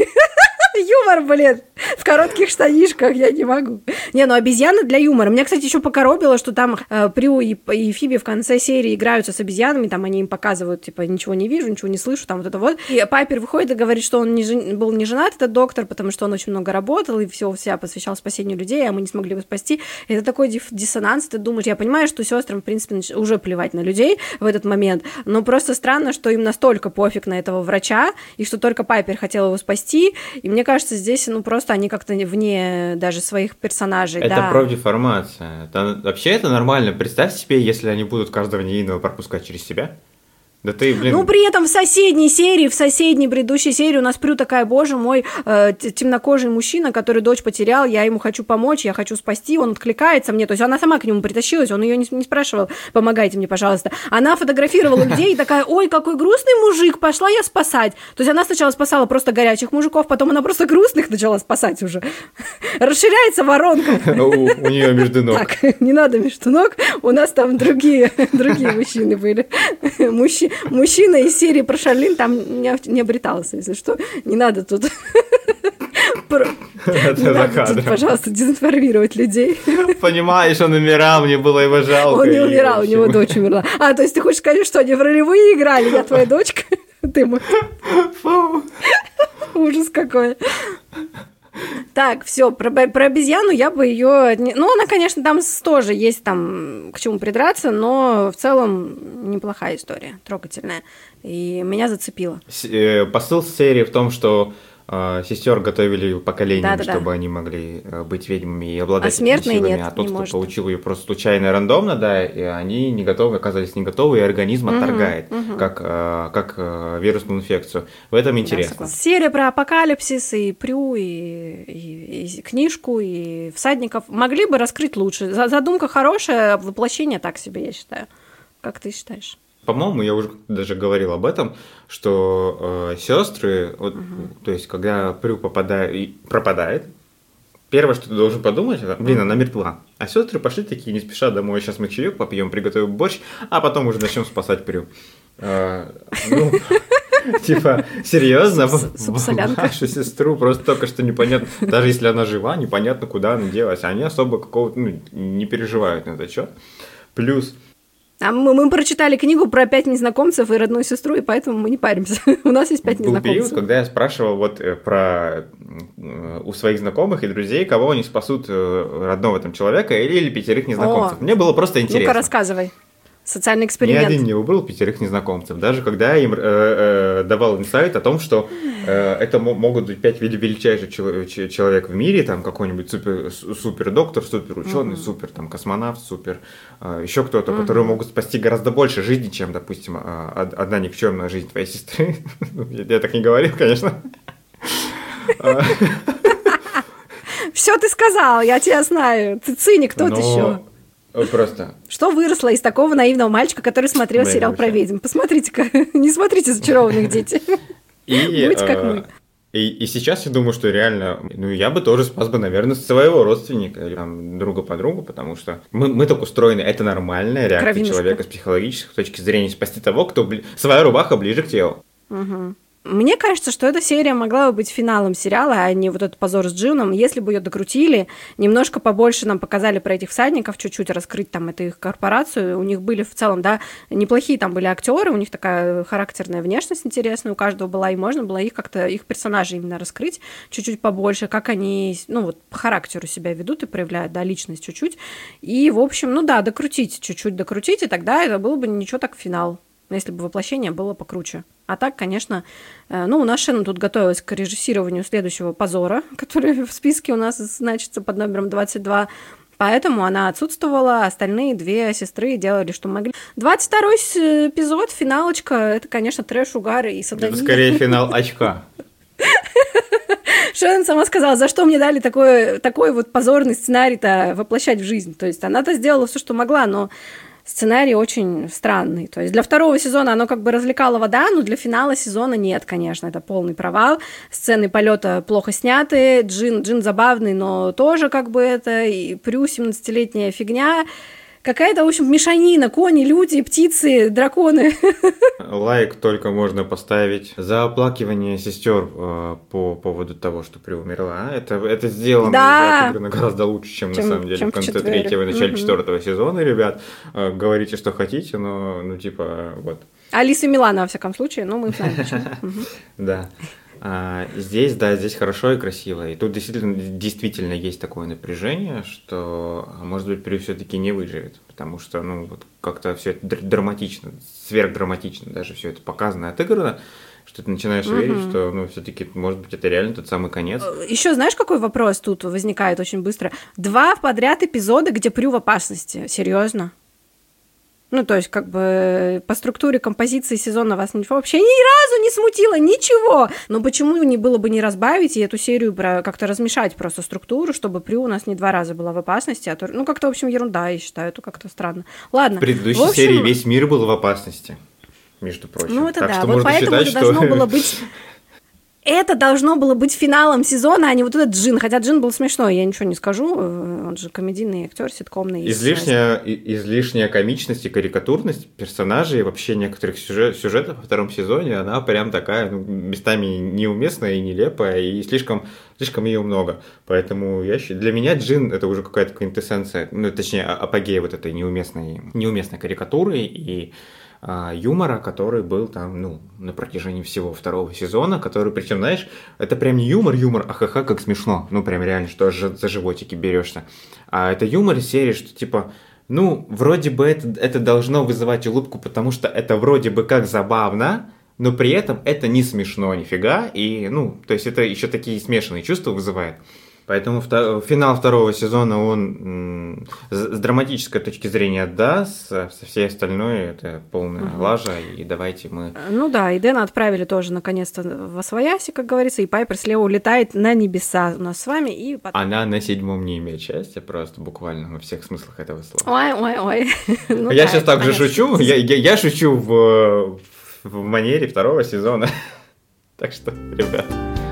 B: Юмор, блин. В коротких штанишках я не могу. Не, ну обезьяна для юмора. Меня, кстати, еще покоробило, что там э, Прю и, и Фиби в конце серии играются с обезьянами, там они им показывают, типа, ничего не вижу, ничего не слышу, там вот это вот. И Пайпер выходит и говорит, что он не жен... был не женат, этот доктор, потому что он очень много работал и все себя посвящал спасению людей, а мы не смогли его спасти. И это такой диф- диссонанс, ты думаешь, я понимаю, что сестрам, в принципе, уже плевать на людей в этот момент, но просто странно, что им настолько пофиг на этого врача, и что только Пайпер хотел его спасти, и мне кажется, здесь, ну, просто они как-то вне даже своих персонажей.
A: Это
B: да.
A: профдеформация. Это, вообще это нормально. Представь себе, если они будут каждого невинного пропускать через себя. Да ты, блин...
B: Ну, при этом в соседней серии, в соседней предыдущей серии у нас Прю такая, боже мой, э, темнокожий мужчина, который дочь потерял, я ему хочу помочь, я хочу спасти, он откликается мне, то есть она сама к нему притащилась, он ее не, не спрашивал, помогайте мне, пожалуйста. Она фотографировала людей и такая, ой, какой грустный мужик, пошла я спасать. То есть она сначала спасала просто горячих мужиков, потом она просто грустных начала спасать уже. Расширяется воронка.
A: У нее между ног.
B: Так, не надо между ног, у нас там другие, другие мужчины были. Мужчины. Мужчина из серии про Шарлин там не, не обретался, если что. Не надо тут... Не надо тут, пожалуйста, дезинформировать людей.
A: Понимаешь, он умирал, мне было его жалко.
B: Он не умирал, у него дочь умерла. А, то есть ты хочешь сказать, что они в ролевые играли, я твоя дочка? Ты мой... Ужас какой. Так, все, про, про обезьяну я бы ее... Ну, она, конечно, там тоже есть там к чему придраться, но в целом неплохая история, трогательная. И меня зацепило.
A: С- Посыл серии в том, что э, сестер готовили поколением,
B: Да-да-да.
A: чтобы они могли э, быть ведьмами и обладать
B: А смертные
A: этими силами,
B: нет,
A: а тот,
B: не
A: кто
B: может.
A: получил ее просто случайно и рандомно, да, и они не готовы, оказались не готовы, и организм
B: Мгм,
A: отторгает,
B: мгм.
A: как, э, как э, вирусную инфекцию. В этом
B: Да,
A: интересно.
B: согласна. Серия про апокалипсис и Прю, и, и- и книжку, и всадников могли бы раскрыть лучше. За- Задумка хорошая, воплощение так себе, я считаю. Как ты считаешь?
A: По-моему, я уже даже говорил об этом, что э, сестры, вот, то есть, когда Прю попадает, и пропадает, первое, что ты должен подумать, это, блин, она мертва. А сестры пошли такие, не спеша домой, сейчас мы чаек попьем, приготовим борщ, а потом уже начнем спасать Прю. Э, ну, типа, серьезно,
B: Суп- суп-солянка.
A: вашу сестру просто только что непонятно, даже если она жива, непонятно, куда она делась. Они особо какого-то, ну, не переживают на этот счет. Плюс
B: А мы, мы прочитали книгу про пять незнакомцев и родную сестру, и поэтому мы не паримся. У нас есть пять
A: был период,
B: незнакомцев.
A: когда я спрашивал вот э, про э, у своих знакомых и друзей, кого они спасут, э, родного там человека или, или пятерых незнакомцев.
B: О.
A: Мне было просто интересно.
B: Ну-ка, рассказывай. Социальный
A: Ни
B: эксперимент.
A: один не выбрал пятерых незнакомцев. Даже когда я им э, э, давал инсайт о том, что э, это мо- могут быть пять вели- величайших чело- ч- человек в мире, там какой-нибудь супер, с- супер доктор, супер ученый,
B: Мгм.
A: супер там космонавт, супер э, еще кто-то,
B: Мгм.
A: которые могут спасти гораздо больше жизни, чем, допустим, э, од- одна никчемная жизнь твоей сестры. Я я так не говорил, конечно.
B: Все ты сказал, я тебя знаю. Ты циник, тот
A: Но
B: еще.
A: Просто
B: Что выросло из такого наивного мальчика, который смотрел
A: Блин,
B: сериал про
A: вообще.
B: ведьм? Посмотрите-ка, не смотрите «Зачарованных дети».
A: И,
B: Будь как
A: э,
B: мы.
A: И, и сейчас я думаю, что реально, ну, я бы тоже спас бы, наверное, своего родственника или там, друга подругу, потому что мы, мы так устроены, это нормальная реакция
B: Кровинушка.
A: человека с психологической точки зрения спасти того, кто бли... своя рубаха ближе к телу.
B: Мгм. Мне кажется, что эта серия могла бы быть финалом сериала, а не вот этот позор с Джином, если бы ее докрутили, немножко побольше нам показали про этих всадников, чуть-чуть раскрыть там эту их корпорацию. У них были в целом, да, неплохие там были актеры, у них такая характерная внешность интересная у каждого была, и можно было их как-то, их персонажей именно раскрыть чуть-чуть побольше, как они, ну вот, по характеру себя ведут и проявляют, да, личность чуть-чуть. И, в общем, ну да, докрутить, чуть-чуть докрутить, и тогда это был бы ничего так финал, если бы воплощение было покруче. А так, конечно, э, ну, у нас Шеннон тут готовилась к режиссированию следующего позора, который в списке у нас значится под номером двадцать два, поэтому она отсутствовала, остальные две сестры делали, что могли. двадцать второй с- эпизод, финалочка, это, конечно, трэш, угар и
A: Это
B: садомия.
A: скорее финал очка.
B: Шеннон сама сказала, за что мне дали такой, такой вот позорный сценарий-то воплощать в жизнь. То есть она-то сделала все, что могла, но сценарий очень странный. То есть для второго сезона оно как бы развлекало вода, но для финала сезона нет, конечно, это полный провал. Сцены полета плохо сняты, Джин, Джин забавный, но тоже как бы это, и Прю семнадцатилетняя фигня. Какая-то, в общем, мешанина, кони, люди, птицы, драконы.
A: Лайк только можно поставить за оплакивание сестер э, по поводу того, что Прю умерла. Это, это сделано
B: Да.
A: отыграно гораздо лучше, чем,
B: Чем-
A: на самом деле
B: чем
A: в
B: в
A: конце
B: четвере.
A: третьего и начале
B: Мгм.
A: четвертого сезона, ребят. Э, говорите, что хотите, но, ну, типа, вот.
B: Алиса Милана, во всяком случае, ну, мы знаем, почему. Мгм.
A: Да. А, здесь, да, здесь хорошо и красиво. И тут действительно, действительно есть такое напряжение, что, а может быть, Прю все-таки не выживет. Потому что, ну, вот как-то все это др- драматично, сверхдраматично даже все это показано и отыграно, что ты начинаешь
B: Мгм.
A: верить, что, ну, все-таки, может быть, это реально тот самый конец.
B: Еще знаешь, какой вопрос тут возникает очень быстро? Два подряд эпизода, где Прю в опасности. Серьезно? Ну, то есть, как бы по структуре композиции сезона вас ничего вообще ни разу не смутило, ничего. Но почему не было бы не разбавить и эту серию про- как-то размешать просто структуру, чтобы Прю у нас не два раза была в опасности, а то, ну, как-то, в общем, ерунда, я считаю, это как-то странно. Ладно.
A: В предыдущей
B: в общем,
A: серии весь мир был в опасности, между прочим.
B: Ну, это
A: так
B: да,
A: что
B: вот
A: можно
B: поэтому
A: считать,
B: это
A: что...
B: должно было быть... Это должно было быть финалом сезона, а не вот этот Джин. Хотя Джин был смешной, я ничего не скажу. Он же комедийный актер, ситкомный. из-
A: Излишняя, и- излишняя комичность и карикатурность персонажей и вообще некоторых сюжет, сюжетов во втором сезоне, она прям такая, ну, местами неуместная и нелепая, и слишком, слишком ее много. Поэтому я считаю, для меня Джин это уже какая-то квинтэссенция, ну, точнее, а- апогея вот этой неуместной, неуместной карикатуры и а, юмора, который был там, ну, на протяжении всего второго сезона, который, причем, знаешь, это прям не юмор, юмор, а ха-ха, как смешно. Ну, прям реально, что же за животики берешься. А это юмор из серии, что типа, ну, вроде бы это, это должно вызывать улыбку, потому что это вроде бы как забавно, но при этом это не смешно нифига, и, ну, то есть это еще такие смешанные чувства вызывает. Поэтому втор- финал второго сезона, он м- с, с драматической точки зрения, да, со, со всей остальной это полная угу. лажа, и давайте мы...
B: Ну да, и Дэна отправили тоже наконец-то во-свояси, как говорится, и Пайпер слева улетает на небеса у нас с вами. И потом...
A: Она на седьмом не имеет счастья, просто буквально во всех смыслах этого слова.
B: Ой-ой-ой. ну,
A: я
B: да,
A: сейчас так же шучу, я, я, я шучу в, в манере второго сезона. Так что, ребят...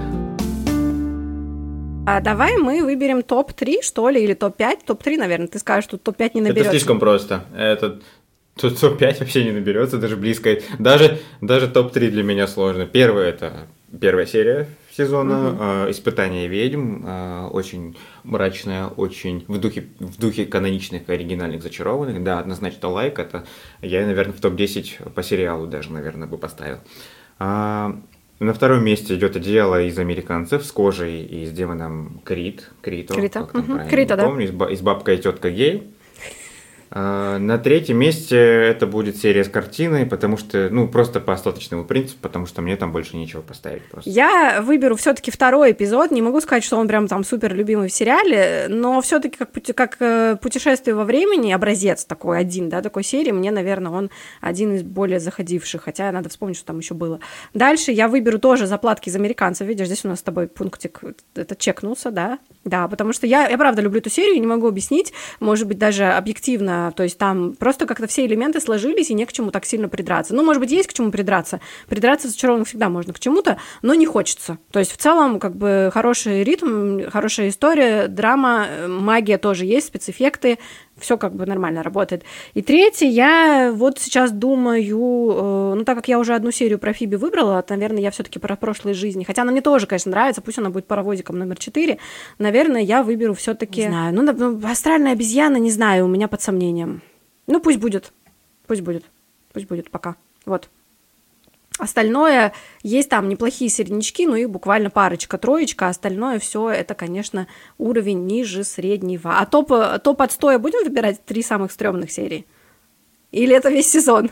B: А давай мы выберем топ три, что ли, или топ пять. топ три, наверное, ты скажешь, что топ пять не наберется.
A: Это слишком просто. Это тут топ пять вообще не наберется, даже близко. Даже, даже топ три для меня сложно. Первое — это первая серия сезона, угу. э, «Испытание ведьм». Э, очень мрачная, очень в духе, в духе каноничных, оригинальных, зачарованных. Да, однозначно лайк. Это я, наверное, в топ десять по сериалу даже, наверное, бы поставил. А, На втором месте идет «Одеяло из американцев» с кожей и с демоном Крит. Крито,
B: Крита,
A: как там
B: угу.
A: правильно,
B: Крита,
A: не
B: да.
A: помню, и с бабкой и теткой гей. А, на третьем месте это будет серия с картиной, потому что, ну, просто по остаточному принципу, потому что мне там больше нечего поставить просто.
B: Я выберу все-таки второй эпизод. Не могу сказать, что он прям там супер любимый в сериале, но все-таки как, как путешествие во времени, образец такой один, да, такой серии, мне, наверное, он один из более заходивших, хотя надо вспомнить, что там еще было. Дальше я выберу тоже заплатки из американцев. Видишь, здесь у нас с тобой пунктик, это чекнулся, да, да, потому что я, я правда люблю эту серию, не могу объяснить, может быть, даже объективно. То есть там просто как-то все элементы сложились, и не к чему так сильно придраться. Ну, может быть, есть к чему придраться. Придраться зачарованных всегда можно к чему-то, но не хочется. То есть в целом как бы хороший ритм, хорошая история, драма, магия тоже есть, спецэффекты. Все как бы нормально работает. И третье, я вот сейчас думаю, ну, так как я уже одну серию про Фиби выбрала, наверное, я все-таки про прошлые жизни. Хотя она мне тоже, конечно, нравится, пусть она будет паровозиком номер четыре. Наверное, я выберу все-таки. Не знаю, ну, астральная обезьяна, не знаю, у меня под сомнением. Ну, пусть будет. Пусть будет. Пусть будет пока. Вот. Остальное, есть там неплохие середнячки, но их буквально парочка, троечка, а остальное все это, конечно, уровень ниже среднего. А топ, топ отстоя будем выбирать три самых стрёмных серии? Или это весь сезон?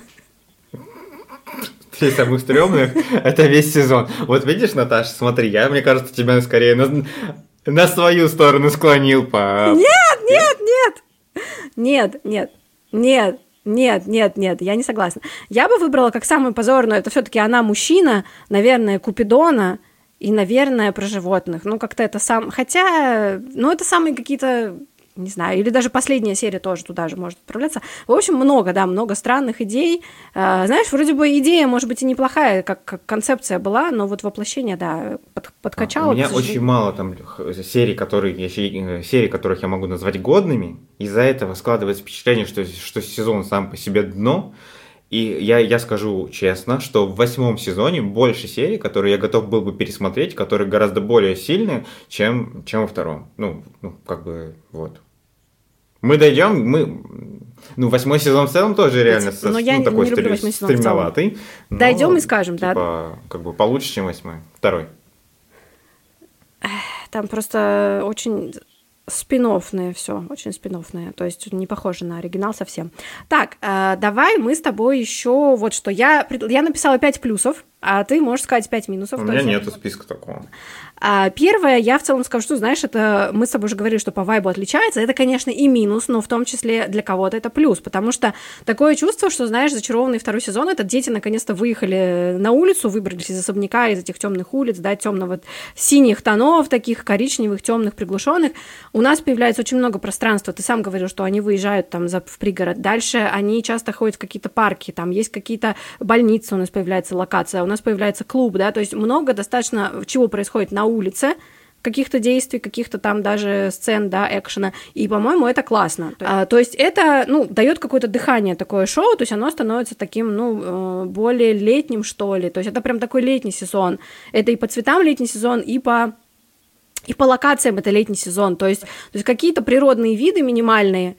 A: Три самых стрёмных — это весь сезон. Вот видишь, Наташа, смотри, я, мне кажется, тебя скорее на, на свою сторону склонил по...
B: Нет, нет, нет! Нет, нет, нет. Нет, нет, нет, я не согласна. Я бы выбрала как самую позорную, это все-таки она мужчина, наверное, Купидона и, наверное, про животных. Ну, как-то это сам... Хотя, ну, это самые какие-то, не знаю, или даже последняя серия тоже туда же может отправляться. В общем, много, да, много странных идей. А, знаешь, вроде бы идея, может быть, и неплохая, как, как концепция была, но вот воплощение, да, под, подкачало.
A: А, у меня очень мало там серий, которые, серий, которых я могу назвать годными. Из-за этого складывается впечатление, что, что сезон сам по себе дно. И я, я скажу честно, что в восьмом сезоне больше серий, которые я готов был бы пересмотреть, которые гораздо более сильные, чем, чем во втором. Ну, ну, как бы, вот. Мы дойдем, мы... Ну, восьмой сезон в целом тоже реально со, ну,
B: я
A: ну, такой
B: не люблю
A: стр... стремноватый.
B: Дойдем и скажем,
A: типа,
B: да.
A: Как бы получше, чем восьмой. Второй.
B: Там просто очень... спин-оффное все, очень спин-оффное, то есть не похоже на оригинал совсем. Так, э, давай мы с тобой еще вот что. Я, я написала пять плюсов, а ты можешь сказать пять минусов.
A: У меня нету списка такого.
B: А, первое, я в целом скажу, что, знаешь, это мы с тобой уже говорили, что по вайбу отличается. Это, конечно, и минус, но в том числе для кого-то это плюс, потому что такое чувство, что, знаешь, зачарованный второй сезон, это дети наконец-то выехали на улицу, выбрались из особняка, из этих темных улиц, да, темного синих тонов, таких коричневых, темных, приглушенных. У нас появляется очень много пространства. Ты сам говорил, что они выезжают там за, в пригород. Дальше они часто ходят в какие-то парки, там есть какие-то больницы, у нас появляется локация, у нас появляется клуб, да, то есть много достаточно чего происходит на улице, каких-то действий, каких-то там даже сцен, да, экшена, и, по-моему, это классно. То, а, то есть это, ну, дает какое-то дыхание такое шоу, то есть оно становится таким, ну, более летним, что ли, то есть это прям такой летний сезон. Это и по цветам летний сезон, и по... И по локациям это летний сезон, то есть, то есть какие-то природные виды минимальные,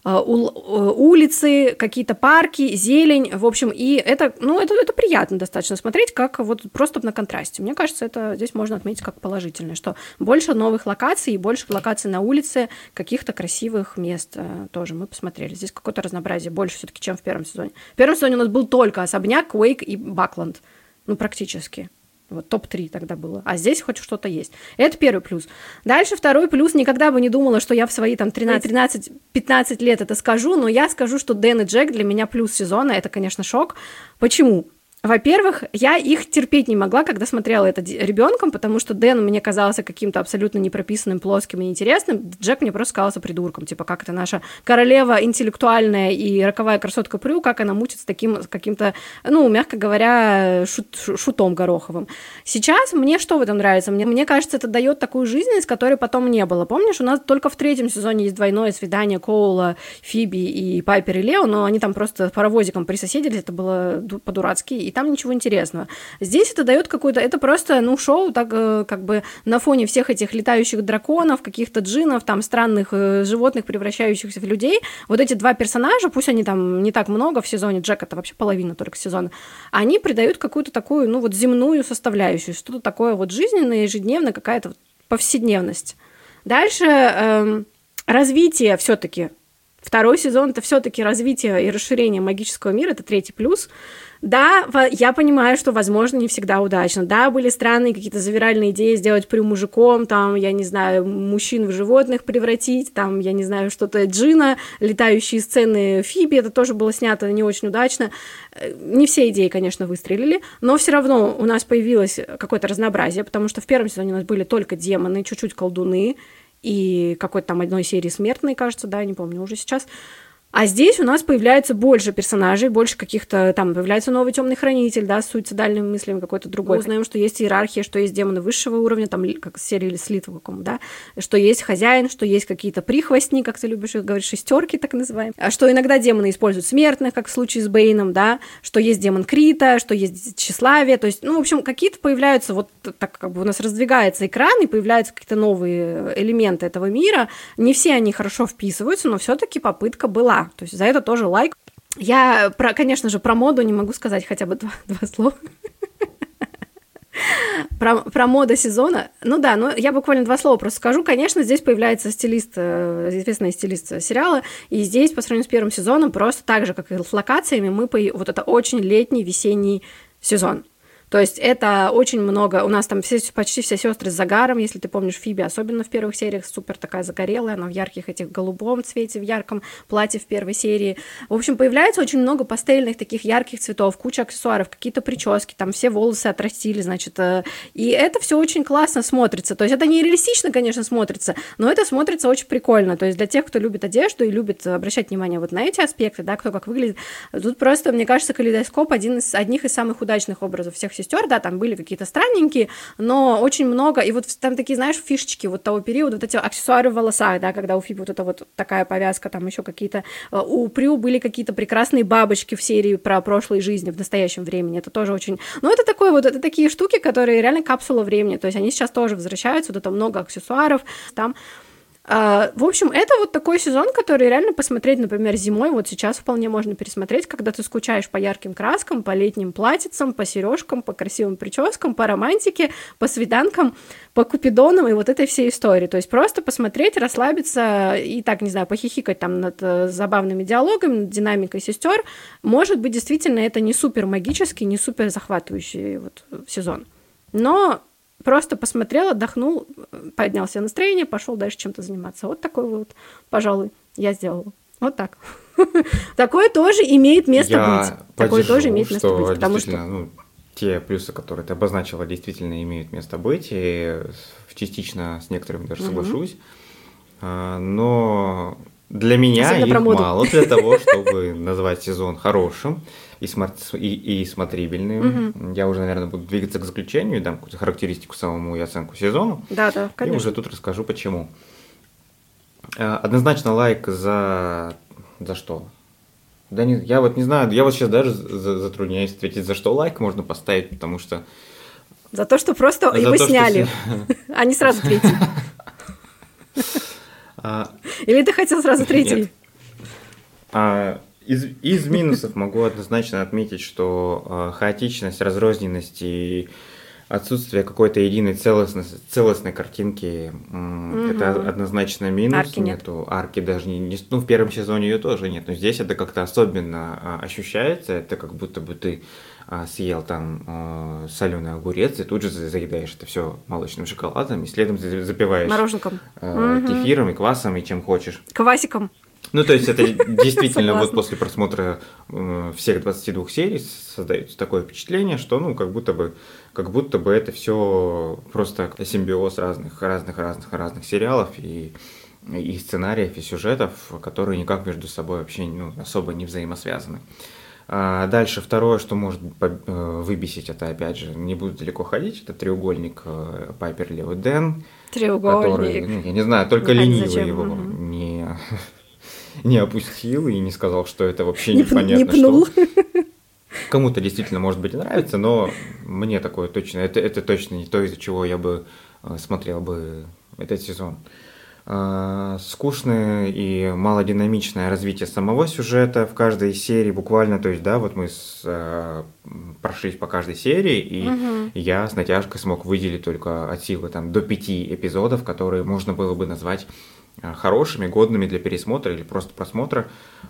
B: улицы, какие-то парки, зелень, в общем, и это, ну, это, это приятно достаточно смотреть, как вот просто на контрасте. Мне кажется, это здесь можно отметить как положительное, что больше новых локаций, больше локаций на улице, каких-то красивых мест тоже мы посмотрели. Здесь какое-то разнообразие больше все-таки, чем в первом сезоне. В первом сезоне у нас был только особняк, Уэйк и Бакланд, ну, практически. Вот топ три тогда было. А здесь хоть что-то есть. Это первый плюс. Дальше второй плюс. Никогда бы не думала, что я в свои там тринадцать-пятнадцать лет это скажу, но я скажу, что Дэн и Джек для меня плюс сезона. Это, конечно, шок. Почему? Во-первых, я их терпеть не могла, когда смотрела это ребенком, потому что Дэн мне казался каким-то абсолютно непрописанным, плоским и интересным. Джек мне просто казался придурком. Типа, как это наша королева интеллектуальная и роковая красотка Прю, как она мутит с таким с каким-то, ну, мягко говоря, шут, шутом гороховым. Сейчас мне что в этом нравится? Мне, мне кажется, это дает такую жизненность, которой потом не было. Помнишь, у нас только в третьем сезоне есть двойное свидание Коула, Фиби и Пайпер и Лео, но они там просто паровозиком присоседились, это было по-дурацки, и там ничего интересного. Здесь это дает какую-то... Это просто, ну, шоу, так как бы на фоне всех этих летающих драконов, каких-то джинов, там, странных э, животных, превращающихся в людей. Вот эти два персонажа, пусть они там не так много в сезоне, Джек — это вообще половина только сезона, они придают какую-то такую, ну, вот земную составляющую, что-то такое вот жизненное, ежедневное, какая-то вот повседневность. Дальше э, развитие все-таки. Второй сезон — это все-таки развитие и расширение магического мира, это третий плюс. Да, я понимаю, что, возможно, не всегда удачно. Да, были странные какие-то завиральные идеи сделать Прю мужиком, там, я не знаю, мужчин в животных превратить, там, я не знаю, что-то Джина, летающие сцены Фиби, это тоже было снято не очень удачно. Не все идеи, конечно, выстрелили, но все равно у нас появилось какое-то разнообразие, потому что в первом сезоне у нас были только демоны, чуть-чуть колдуны, и какой-то там одной серии смертной, кажется, да, не помню уже сейчас. А здесь у нас появляется больше персонажей, больше каких-то, там, появляется новый темный хранитель, да, с суицидальными мыслями, какой-то другой. Мы узнаем, что есть иерархия, что есть демоны высшего уровня, там, как с серии Слит в каком, да, что есть хозяин, что есть какие-то прихвостни, как ты любишь говорить, шестерки, так называемые, а что иногда демоны используют смертных, как в случае с Бэйном, да, что есть демон Крита, что есть тщеславие, то есть, ну, в общем, какие-то появляются, вот так как бы у нас раздвигается экран, и появляются какие-то новые элементы этого мира, не все они хорошо вписываются, но все-таки попытка была. То есть за это тоже лайк. Я, про, конечно же, про моду не могу сказать хотя бы два, два слова. Про, про моду сезона. Ну да, ну я буквально два слова просто скажу. Конечно, здесь появляется стилист, известный стилист сериала, и здесь, по сравнению с первым сезоном, просто так же, как и с локациями, мы по... вот это очень летний, весенний сезон. То есть это очень много... У нас там все, почти все сестры с загаром, если ты помнишь, Фиби, особенно в первых сериях, супер такая загорелая, она в ярких этих голубом цвете, в ярком платье в первой серии. В общем, появляется очень много пастельных таких ярких цветов, куча аксессуаров, какие-то прически, там все волосы отрастили, значит, и это все очень классно смотрится. То есть это не реалистично, конечно, смотрится, но это смотрится очень прикольно. То есть для тех, кто любит одежду и любит обращать внимание вот на эти аспекты, да, кто как выглядит, тут просто, мне кажется, калейдоскоп один из, одних из самых удачных образов всех сестер, да, там были какие-то странненькие, но очень много, и вот там такие, знаешь, фишечки вот того периода, вот эти аксессуары в волосах, да, когда у Фиби вот эта вот такая повязка, там еще какие-то, у Прю были какие-то прекрасные бабочки в серии про прошлой жизни в настоящем времени, это тоже очень, ну, это такое вот, это такие штуки, которые реально капсула времени, то есть они сейчас тоже возвращаются, вот это много аксессуаров, там. В общем, это вот такой сезон, который реально посмотреть, например, зимой, вот сейчас вполне можно пересмотреть, когда ты скучаешь по ярким краскам, по летним платьицам, по сережкам, по красивым прическам, по романтике, по свиданкам, по купидонам и вот этой всей истории. То есть просто посмотреть, расслабиться и так, не знаю, похихикать там над забавными диалогами, над динамикой сестер. Может быть, действительно, это не супер магический, не супер захватывающий вот сезон. Но просто посмотрел, отдохнул, поднял себе настроение, пошел дальше чем-то заниматься. Вот такой вот, пожалуй, я сделала. Вот так. Такое тоже имеет место быть. Такое тоже имеет место быть. Потому что
A: ну, те плюсы, которые ты обозначила, действительно имеют место быть. И частично с некоторыми даже соглашусь. Но для меня их мало для того, чтобы назвать сезон хорошим и, смар- и, и смотрибельным. Mm-hmm. Я уже, наверное, буду двигаться к заключению, дам какую-то характеристику самому и оценку сезону.
B: Да, да, конечно.
A: И уже тут расскажу, почему. Однозначно лайк за... За что? Да не, я вот не знаю, я вот сейчас даже затрудняюсь ответить, за что лайк можно поставить, потому что...
B: За то, что просто за его то, сняли, что... а не сразу третий. Или ты хотел сразу третий?
A: А из, из минусов могу однозначно отметить, что э, хаотичность, разрозненность и отсутствие какой-то единой целостности, целостной картинки, mm-hmm. это однозначно минус.
B: Арки нет.
A: Нету арки даже не, не... Ну, в первом сезоне ее тоже нет, но здесь это как-то особенно а, ощущается. Это как будто бы ты а, съел там а, соленый огурец и тут же заедаешь это все молочным шоколадом и следом запиваешь
B: мороженком,
A: а,
B: mm-hmm.
A: кефиром и квасом и чем хочешь.
B: Квасиком.
A: Ну, то есть, это действительно вот после просмотра э, всех двадцати двух серий создается такое впечатление, что, ну, как будто бы, как будто бы это все просто симбиоз разных, разных, разных, разных сериалов и, и сценариев, и сюжетов, которые никак между собой вообще, ну, особо не взаимосвязаны. А дальше второе, что может выбесить, это, опять же, не буду далеко ходить, это треугольник Пайпер, Лео и Дэн.
B: Треугольник.
A: Который, ну, я не знаю, только
B: не
A: ленивый
B: зачем.
A: его
B: Угу.
A: не... не опустил и не сказал, что это вообще
B: не
A: непонятно,
B: не пнул.
A: что. Кому-то действительно, может быть, и нравится, но мне такое точно, это, это точно не то, из-за чего я бы смотрел бы этот сезон. Скучное и малодинамичное развитие самого сюжета в каждой серии буквально, то есть, да, вот мы с, прошлись по каждой серии, и угу. я с натяжкой смог выделить только от силы там до пяти эпизодов, которые можно было бы назвать хорошими, годными для пересмотра или просто просмотра.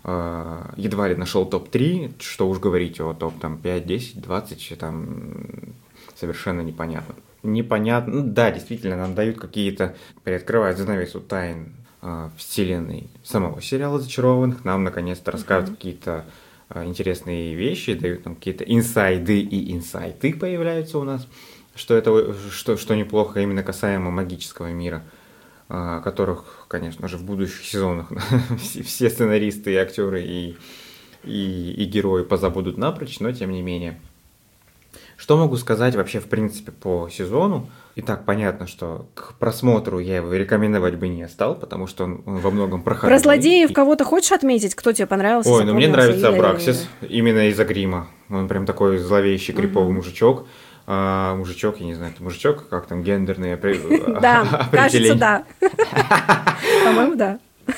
A: Едва ли нашел топ три, что уж говорить о топ там, пять, десять, двадцать, там совершенно непонятно. Непонятно, ну да, действительно, нам дают какие-то, приоткрывают занавесу тайн э, вселенной самого сериала «Зачарованных», нам наконец-то рассказывают uh-huh. какие-то э, интересные вещи, дают нам какие-то инсайды и инсайты появляются у нас, что это что, что неплохо именно касаемо магического мира, о которых, конечно же, в будущих сезонах все сценаристы и актеры и, и, и герои позабудут напрочь, но тем не менее. Что могу сказать вообще, в принципе, по сезону? Итак, понятно, что к просмотру я его рекомендовать бы не стал, потому что он во многом проходной.
B: Про злодеев кого-то хочешь отметить? Кто тебе понравился?
A: Ой, ну мне нравится
B: или...
A: Абраксис, именно из-за грима. Он прям такой зловещий, криповый угу. мужичок. А, мужичок, я не знаю, это мужичок, как там гендерные определения?
B: Да, кажется, да. По-моему, да.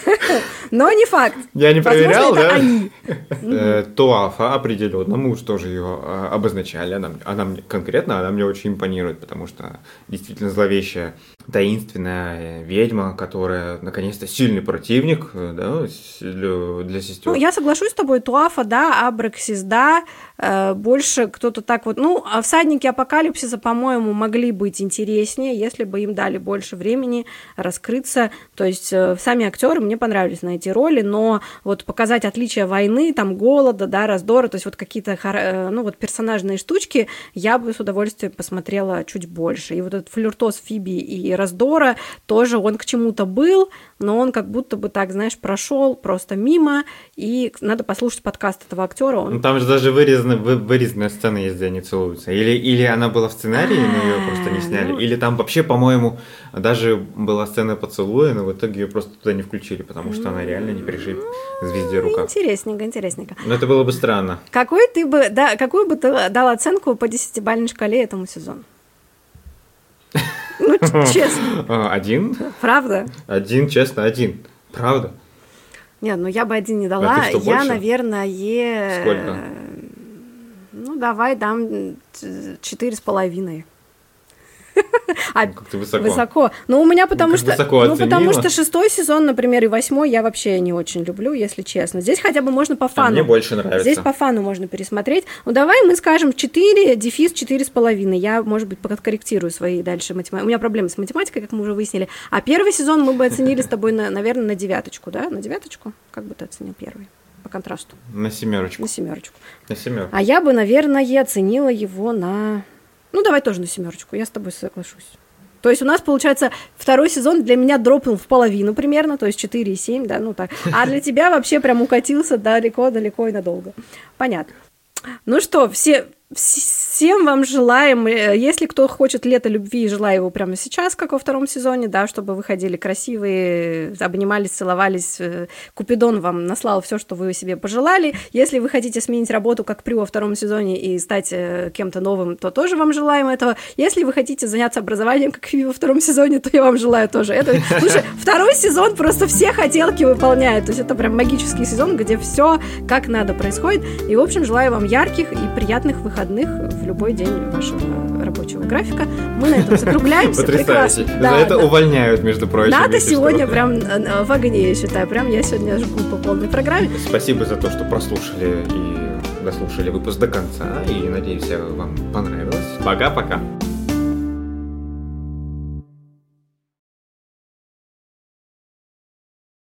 B: Но не факт.
A: Я не проверял,
B: возможно,
A: да?
B: Это они.
A: Туафа определенно, мы уж тоже ее обозначали. Она, она конкретно, она мне очень импонирует, потому что действительно зловещая, таинственная ведьма, которая наконец-то сильный противник, да, для, для сестер.
B: Ну, я соглашусь с тобой, Туафа, да, Абраксис, да, э, больше кто-то так вот. Ну, а всадники апокалипсиса, по-моему, могли быть интереснее, если бы им дали больше времени раскрыться. То есть э, сами актеры мне понравились на эти роли, но вот показать отличия войны, там, голода, да, раздора, то есть вот какие-то, ну, вот персонажные штучки я бы с удовольствием посмотрела чуть больше. И вот этот флиртоз Фиби и раздора тоже он к чему-то был, но он как будто бы так, знаешь, прошел просто мимо, и надо послушать подкаст этого актера. Он...
A: Ну, там же даже вырезана, вы, вырезанная сцена есть, где они целуются. Или, или она была в сценарии, но ее просто не сняли.
B: Ну...
A: Или там вообще, по-моему, даже была сцена поцелуя, но в итоге ее просто туда не включили, потому что она реально не прижит звезде рука.
B: Интересненько, интересненько.
A: Но это было бы странно.
B: Какой ты бы, да, какую бы ты дал оценку по десятибалльной шкале этому сезону? Ну, честно.
A: Один?
B: Правда?
A: Один, честно, один. Правда?
B: Нет, ну я бы один не дала.
A: А ты что,
B: я,
A: больше?
B: наверное...
A: Сколько?
B: Ну, давай дам четыре с половиной. А,
A: как-то высоко.
B: Высоко. Ну, у меня потому
A: ну,
B: что... Ну, потому что шестой сезон, например, и восьмой я вообще не очень люблю, если честно. Здесь хотя бы можно по фану.
A: А мне больше нравится.
B: Здесь по фану можно пересмотреть. Ну, давай мы скажем четыре, дефис четыре с половиной. Я, может быть, подкорректирую свои дальше математики. У меня проблемы с математикой, как мы уже выяснили. А первый сезон мы бы оценили с тобой, на, наверное, на девяточку, да? На девяточку? Как бы ты оценил первый? По контрасту.
A: На семерочку.
B: На семерочку.
A: На семерочку.
B: А я бы, наверное, оценила его на... Ну, давай тоже на семерочку. Я с тобой соглашусь. То есть у нас, получается, второй сезон для меня дропнул в половину примерно, то есть четыре и семь, да, ну так. А для тебя вообще прям укатился далеко-далеко и надолго. Понятно. Ну что, все, все, Всем вам желаем, если кто хочет лето любви, желаю его прямо сейчас, как во втором сезоне, да, чтобы вы ходили красивые, обнимались, целовались. Купидон вам наслал все, что вы себе пожелали. Если вы хотите сменить работу, как Прю во втором сезоне, и стать кем-то новым, то тоже вам желаем этого. Если вы хотите заняться образованием, как Фиби во втором сезоне, то я вам желаю тоже этого. Слушай, второй сезон просто все хотелки выполняет. То есть это прям магический сезон, где все как надо происходит. И, в общем, желаю вам ярких и приятных выходных в любой день вашего рабочего графика. Мы на этом закругляемся.
A: Потрясающе. Да, за это да. увольняют, между прочим.
B: Надо сегодня что. Прям в огне, я считаю. Прям я сегодня жгу по полной программе.
A: Спасибо за то, что прослушали и дослушали выпуск до конца. И надеюсь, вам понравилось. Пока-пока.